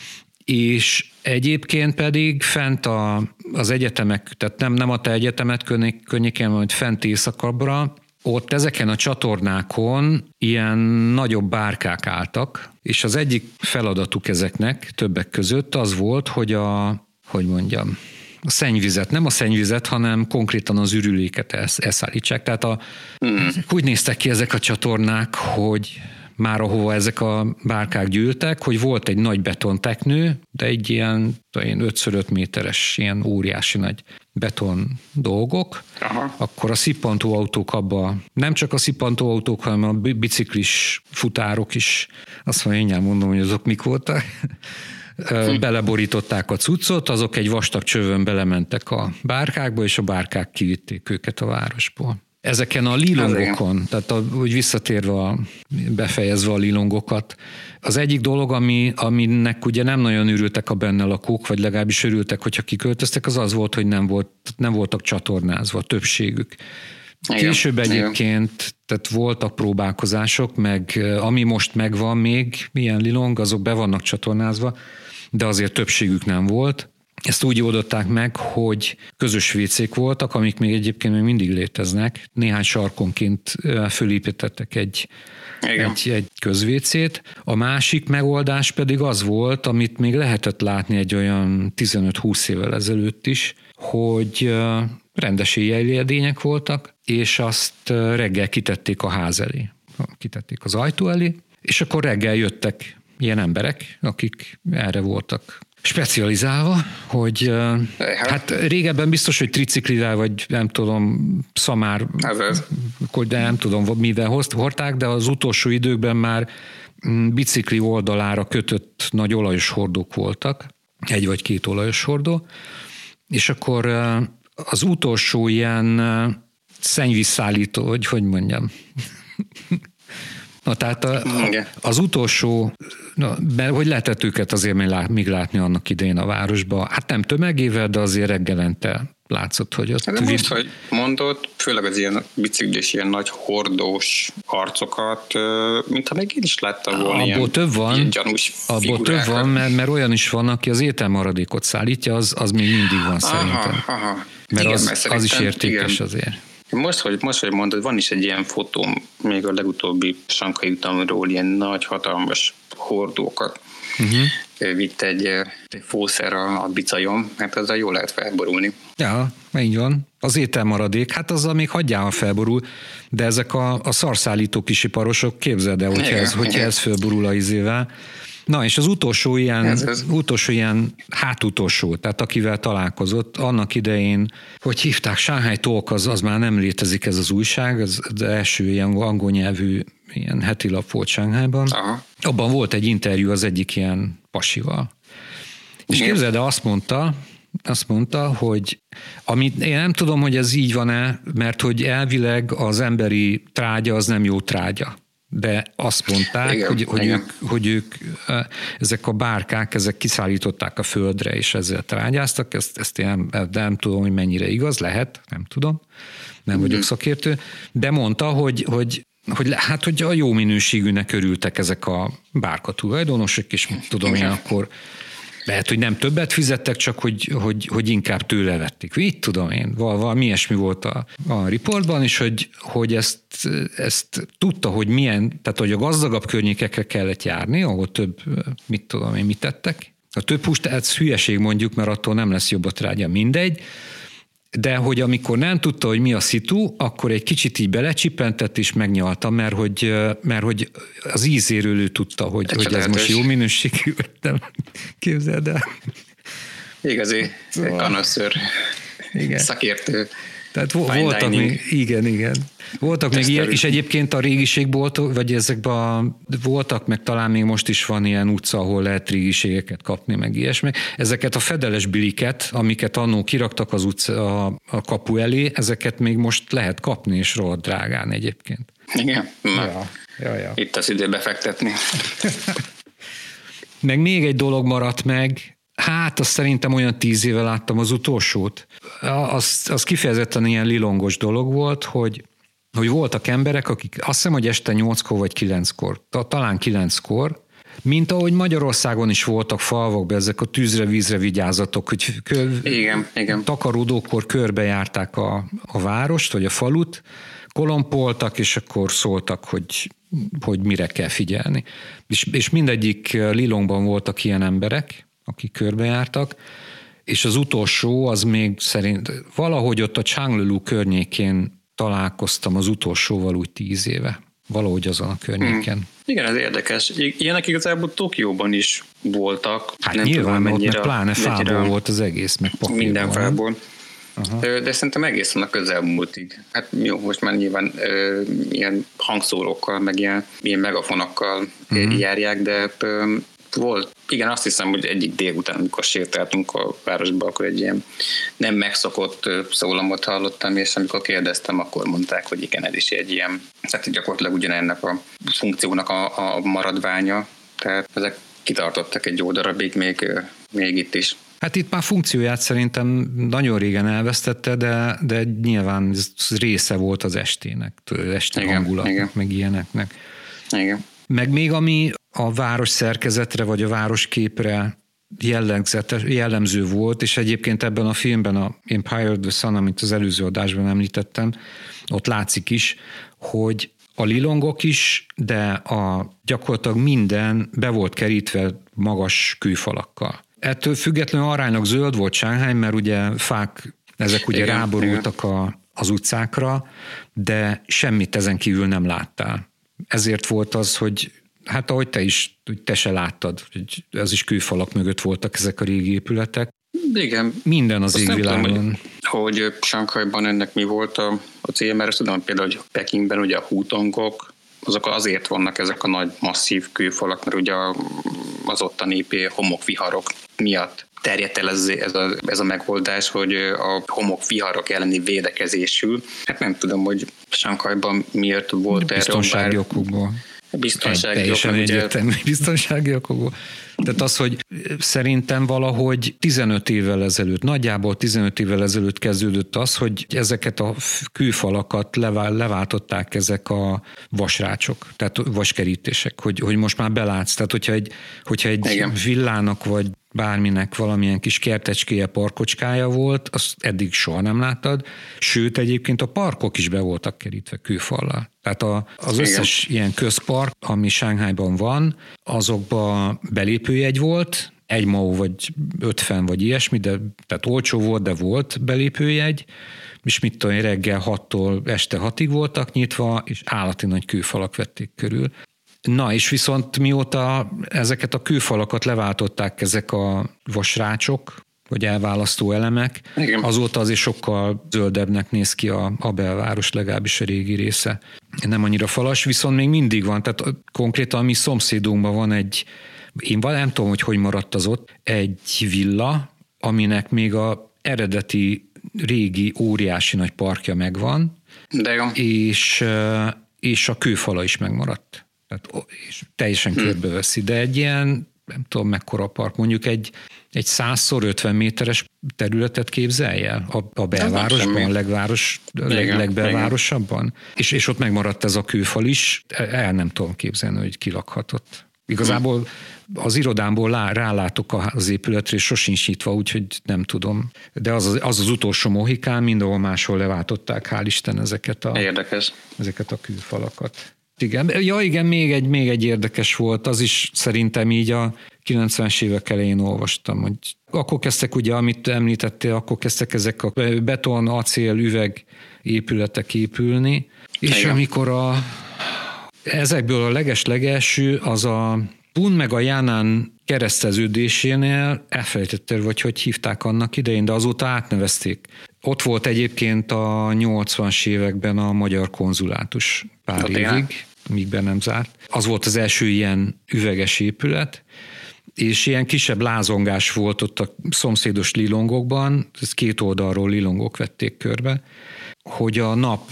És egyébként pedig fent a, az egyetemek, tehát nem, nem a te egyetemet környéken, hanem fent északabbra, ott ezeken a csatornákon ilyen nagyobb bárkák álltak, és az egyik feladatuk ezeknek többek között az volt, hogy a, hogy mondjam, a szennyvizet, nem a szennyvizet, hanem konkrétan az ürüléket elszállítsák. Tehát a, mm. úgy néztek ki ezek a csatornák, hogy már ahova ezek a bárkák gyűltek, hogy volt egy nagy betonteknő, de egy ilyen öt öt méteres, ilyen óriási nagy beton dolgok, Aha. akkor a szippantó autók abba, nem csak a szippantó autók, hanem a biciklis futárok is, azt mondja, én mondom, hogy azok mik voltak, hm. beleborították a cuccot, azok egy vastag csövön belementek a bárkákba, és a bárkák kivitték őket a városból. Ezeken a lilongokon, tehát a, úgy visszatérve, a, befejezve a lilongokat, az egyik dolog, ami, aminek ugye nem nagyon örültek a benne lakók, vagy legalábbis örültek, hogyha kiköltöztek, az az volt, hogy nem, volt, nem voltak csatornázva, többségük. Igen, Később egyébként tehát voltak próbálkozások, meg ami most megvan még, milyen lilong, azok be vannak csatornázva, de azért többségük nem volt. Ezt úgy oldották meg, hogy közös vécék voltak, amik még egyébként még mindig léteznek. Néhány sarkonként fölépítettek egy, egy, egy közvécét. A másik megoldás pedig az volt, amit még lehetett látni egy olyan tizenöt-húsz évvel ezelőtt is, hogy rendes éjjeli edények voltak, és azt reggel kitették a ház elé. Kitették az ajtó elé, és akkor reggel jöttek ilyen emberek, akik erre voltak specializálva, hogy hát, hát régebben biztos, hogy triciklivel, vagy nem tudom, szamár, de nem tudom, mivel hordták, de az utolsó időkben már bicikli oldalára kötött nagy olajos hordók voltak, egy vagy két olajos hordó, és akkor az utolsó ilyen szennyvízszállító, hogy hogy mondjam, na, tehát a, a, az utolsó, na, mert hogy lehetett őket azért még, lát, még látni annak idején a városban, hát nem tömegével, de azért reggelente látszott, hogy ott... De most, hogy mondod, főleg az ilyen biciklis, ilyen nagy hordós arcokat, mintha még én is láttam volna abból ilyen, több van, ilyen gyanús abból több van, mert, mert olyan is van, aki az ételmaradékot szállítja, az, az még mindig van szerintem. Aha, aha. Mert igen, az, mert az is értékes igen. azért. Most hogy, most, hogy mondod, van is egy ilyen fotóm, még a legutóbbi sankai utamról, ilyen nagy, hatalmas hordókat uh-huh. vitt egy, egy fószer a, a bicajom, hát azzal jól lehet felborulni. Ja, így van. Az ételmaradék, hát azzal még hagyjál, ha felborul, de ezek a, a szarszállító kisiparosok, képzeld el, hogyha, igen, ez, hogyha ez felborul a izével. Na, és az utolsó ilyen, ez, ez. utolsó ilyen hátutolsó, tehát akivel találkozott, annak idején, hogy hívták, Shanghai Talk, az, az már nem létezik ez az újság, az, az első ilyen angol nyelvű ilyen heti lap volt Shanghaiban. Aha. Abban volt egy interjú az egyik ilyen pasival. És képzeld el, azt mondta, azt mondta, hogy amit én nem tudom, hogy ez így van-e, mert hogy elvileg az emberi trágya az nem jó trágya. De azt mondták, igen, hogy, hogy, ők, hogy ők, ezek a bárkák, ezek kiszállították a földre, és ezzel trágyáztak, ezt, ezt én nem, de nem tudom, hogy mennyire igaz, lehet, nem tudom, nem vagyok mm. szakértő, de mondta, hogy, hogy, hogy, hát, hogy a jó minőségűnek örültek ezek a bárka tulajdonosok, és mit tudom én, akkor lehet, hogy nem többet fizettek, csak hogy, hogy, hogy inkább tőle vették. Így tudom én, valami ilyesmi volt a, a riportban, és hogy, hogy ezt, ezt tudta, hogy milyen, tehát hogy a gazdagabb környékekre kellett járni, ahol több, mit tudom én, mit tettek. A több húst, ez hülyeség mondjuk, mert attól nem lesz jobb a trágya, mindegy, de hogy amikor nem tudta, hogy mi a szitu, akkor egy kicsit így belecsipentett és megnyalta, mert hogy, mert hogy az ízéről ő tudta, hogy, hogy ez most jó minőségű, nem képzeld el. Igazi szóval, kanaszőr, szakértő. Tehát voltak még, igen, igen. Voltak még ilyen, és egyébként a régiségboltok, vagy ezekben a, voltak, meg talán még most is van ilyen utca, ahol lehet régiségeket kapni, meg ilyesmi. Ezeket a fedeles biliket, amiket annó kiraktak az utca, a, a kapu elé, ezeket még most lehet kapni, és rohadt drágán egyébként. Igen? Na, ja, ja, ja. Itt az idő befektetni. Meg még egy dolog maradt meg, hát azt szerintem olyan tíz éve láttam az utolsót. Az, az kifejezetten ilyen lilongos dolog volt, hogy, hogy voltak emberek, akik azt hiszem, hogy este nyolckor vagy kilenckor, talán kilenckor, mint ahogy Magyarországon is voltak falvakban ezek a tűzre, vízre vigyázatok, hogy kö, igen, igen. takaródókor körbejárták a, a várost, vagy a falut, kolompoltak, és akkor szóltak, hogy, hogy mire kell figyelni. És, és mindegyik lilongban voltak ilyen emberek, akik körbejártak, és az utolsó az még szerint valahogy ott a Changlulu környékén találkoztam az utolsóval úgy tíz éve. Valahogy azon a környéken. Hmm. Igen, ez érdekes. Ilyenek igazából Tokióban is voltak. Hát nem nyilván, tudom, mennyire, ott meg pláne fából volt az egész, meg papírból. Minden fából. Aha. De szerintem egészen a közelmúltig. Hát jó, most már nyilván ö, ilyen hangszórókkal, meg ilyen, ilyen megafonokkal uh-huh. járják, de ö, volt, igen, azt hiszem, hogy egyik délután, amikor sétáltunk a városba, akkor egy ilyen nem megszokott szólamot hallottam, és amikor kérdeztem, akkor mondták, hogy igen, ez is egy ilyen, tehát gyakorlatilag ugyanennek a funkciónak a, a maradványa, tehát ezek kitartottak egy jó darabig, még, még itt is. Hát itt már funkcióját szerintem nagyon régen elvesztette, de, de nyilván ez része volt az estének, esti hangulatnak, meg ilyeneknek. Igen. Meg még ami a város szerkezetre, vagy a városképre jellemző volt, és egyébként ebben a filmben, a Empire of the Sun, amit az előző adásban említettem, ott látszik is, hogy a lilongok is, de a gyakorlatilag minden be volt kerítve magas kőfalakkal. Ettől függetlenül aránylag zöld volt Shanghai, mert ugye fák, ezek ugye igen, ráborultak a, az utcákra, de semmit ezen kívül nem láttál. Ezért volt az, hogy Hát ahogy te is, te se láttad, hogy ez is kőfalak mögött voltak ezek a régi épületek. Igen. Minden az égvilágon. Hogy, hogy Sanghajban ennek mi volt a, a célja, mert tudom például, hogy Pekingben ugye a hútongok, azok azért vannak ezek a nagy masszív kőfalak, mert ugye az ottani homokviharok miatt terjedt el ez, ez, a, ez a megoldás, hogy a homokviharok elleni védekezésül. Hát nem tudom, hogy Sanghajban miért volt erről. Biztonsági okokból. Biztonsági Teljesen egyértelmű biztonsági okokból. Tehát az, hogy szerintem valahogy tizenöt évvel ezelőtt, nagyjából tizenöt évvel ezelőtt kezdődött az, hogy ezeket a kőfalakat leváltották ezek a vasrácsok, tehát vaskerítések, hogy, hogy most már belátsz. Tehát hogyha egy, hogyha egy Igen. villának vagy bárminek valamilyen kis kertecskéje, parkocskája volt, azt eddig soha nem láttad, sőt egyébként a parkok is be voltak kerítve kőfallal. Tehát a, az összes Igen. ilyen közpark, ami Shanghaiban van, azokban belépőjegy volt, egy mau vagy ötven vagy ilyesmi, de tehát olcsó volt, de volt belépőjegy, és mit tudom, reggel hattól este hatig voltak nyitva, és állati nagy kőfalak vették körül. Na, és viszont mióta ezeket a kőfalakat leváltották ezek a vasrácsok, vagy elválasztó elemek, Igen. azóta azért sokkal zöldebbnek néz ki a, a belváros, legalábbis a régi része. Nem annyira falas, viszont még mindig van, tehát konkrétan a mi szomszédunkban van egy, én nem tudom, hogy hogy maradt az ott, egy villa, aminek még a eredeti régi óriási nagy parkja megvan, De jó. És, és a kőfala is megmaradt. Tehát, és teljesen hmm. körbeveszi, de egy ilyen, nem tudom mekkora park, mondjuk egy, egy százszor ötven méteres területet képzelj el a, a belvárosban, a legváros, leg, legbelvárosabban, és, és ott megmaradt ez a kőfal is, el nem tudom képzelni, hogy kilakhatott. Igazából az irodámból rálátok az épületre, és sosincs nyitva, úgyhogy nem tudom. De az az, az, az utolsó mohikán, mindenhol máshol leváltották, hál' Isten ezeket a, Érdekes. ezeket a kőfalakat. Igen. Ja igen, még egy, még egy érdekes volt, az is szerintem így a kilencvenes évek elején olvastam, hogy akkor kezdtek ugye, amit említettél, akkor kezdtek ezek a beton, acél, üveg épületek épülni, és igen. amikor a, ezekből a leges-legelső az a Pun meg a Yan'an kereszteződésénél elfelejtettem, vagy hogy hívták annak idején, de azóta átnevezték. Ott volt egyébként a nyolcvanas években a magyar konzulátus pár évig, jár. míg be nem zárt. Az volt az első ilyen üveges épület, és ilyen kisebb lázongás volt ott a szomszédos lilongokban, ez két oldalról lilongok vették körbe, hogy a nap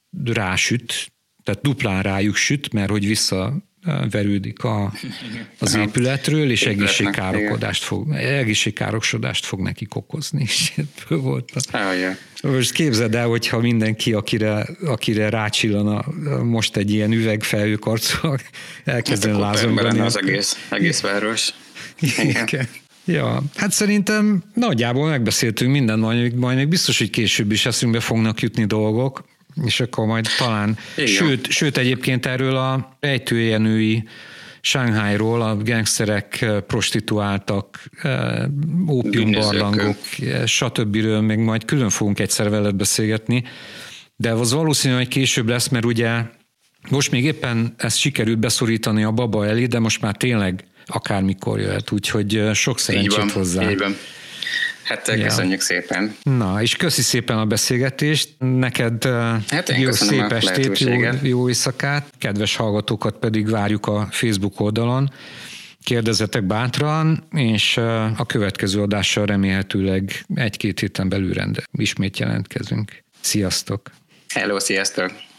rásüt, tehát duplán rájuk süt, mert hogy vissza verődik a, az épületről, és egészségkárokodást fog, egészségkárosodást fog nekik okozni. És volt a... Most képzeld el, hogyha mindenki, akire, akire rácsillan a, most egy ilyen üvegfelhőkarccal, elkezden lázongani. Az egész, egész város. Igen. Ja, hát szerintem nagyjából megbeszéltünk mindent, majd, majd még biztos, hogy később is eszünkbe fognak jutni dolgok, és akkor majd talán, sőt, sőt egyébként erről a rejtőjenői Shanghairól, a gangsterek, prostituáltak, ópiumbarlangok, stb. Még majd külön fogunk egyszer veled beszélgetni, de az valószínű, hogy később lesz, mert ugye most még éppen ezt sikerült beszorítani a baba elé, de most már tényleg akármikor jöhet, úgyhogy sok szerencsét van, hozzá. Így van. Hát köszönjük ja. szépen. Na, és köszi szépen a beszélgetést. Neked hát jó szép estét, jó, jó éjszakát. Kedves hallgatókat pedig várjuk a Facebook oldalon. Kérdezzetek bátran, és a következő adással remélhetőleg egy-két héten belül rende. Ismét jelentkezünk. Sziasztok! Hello, sziasztok!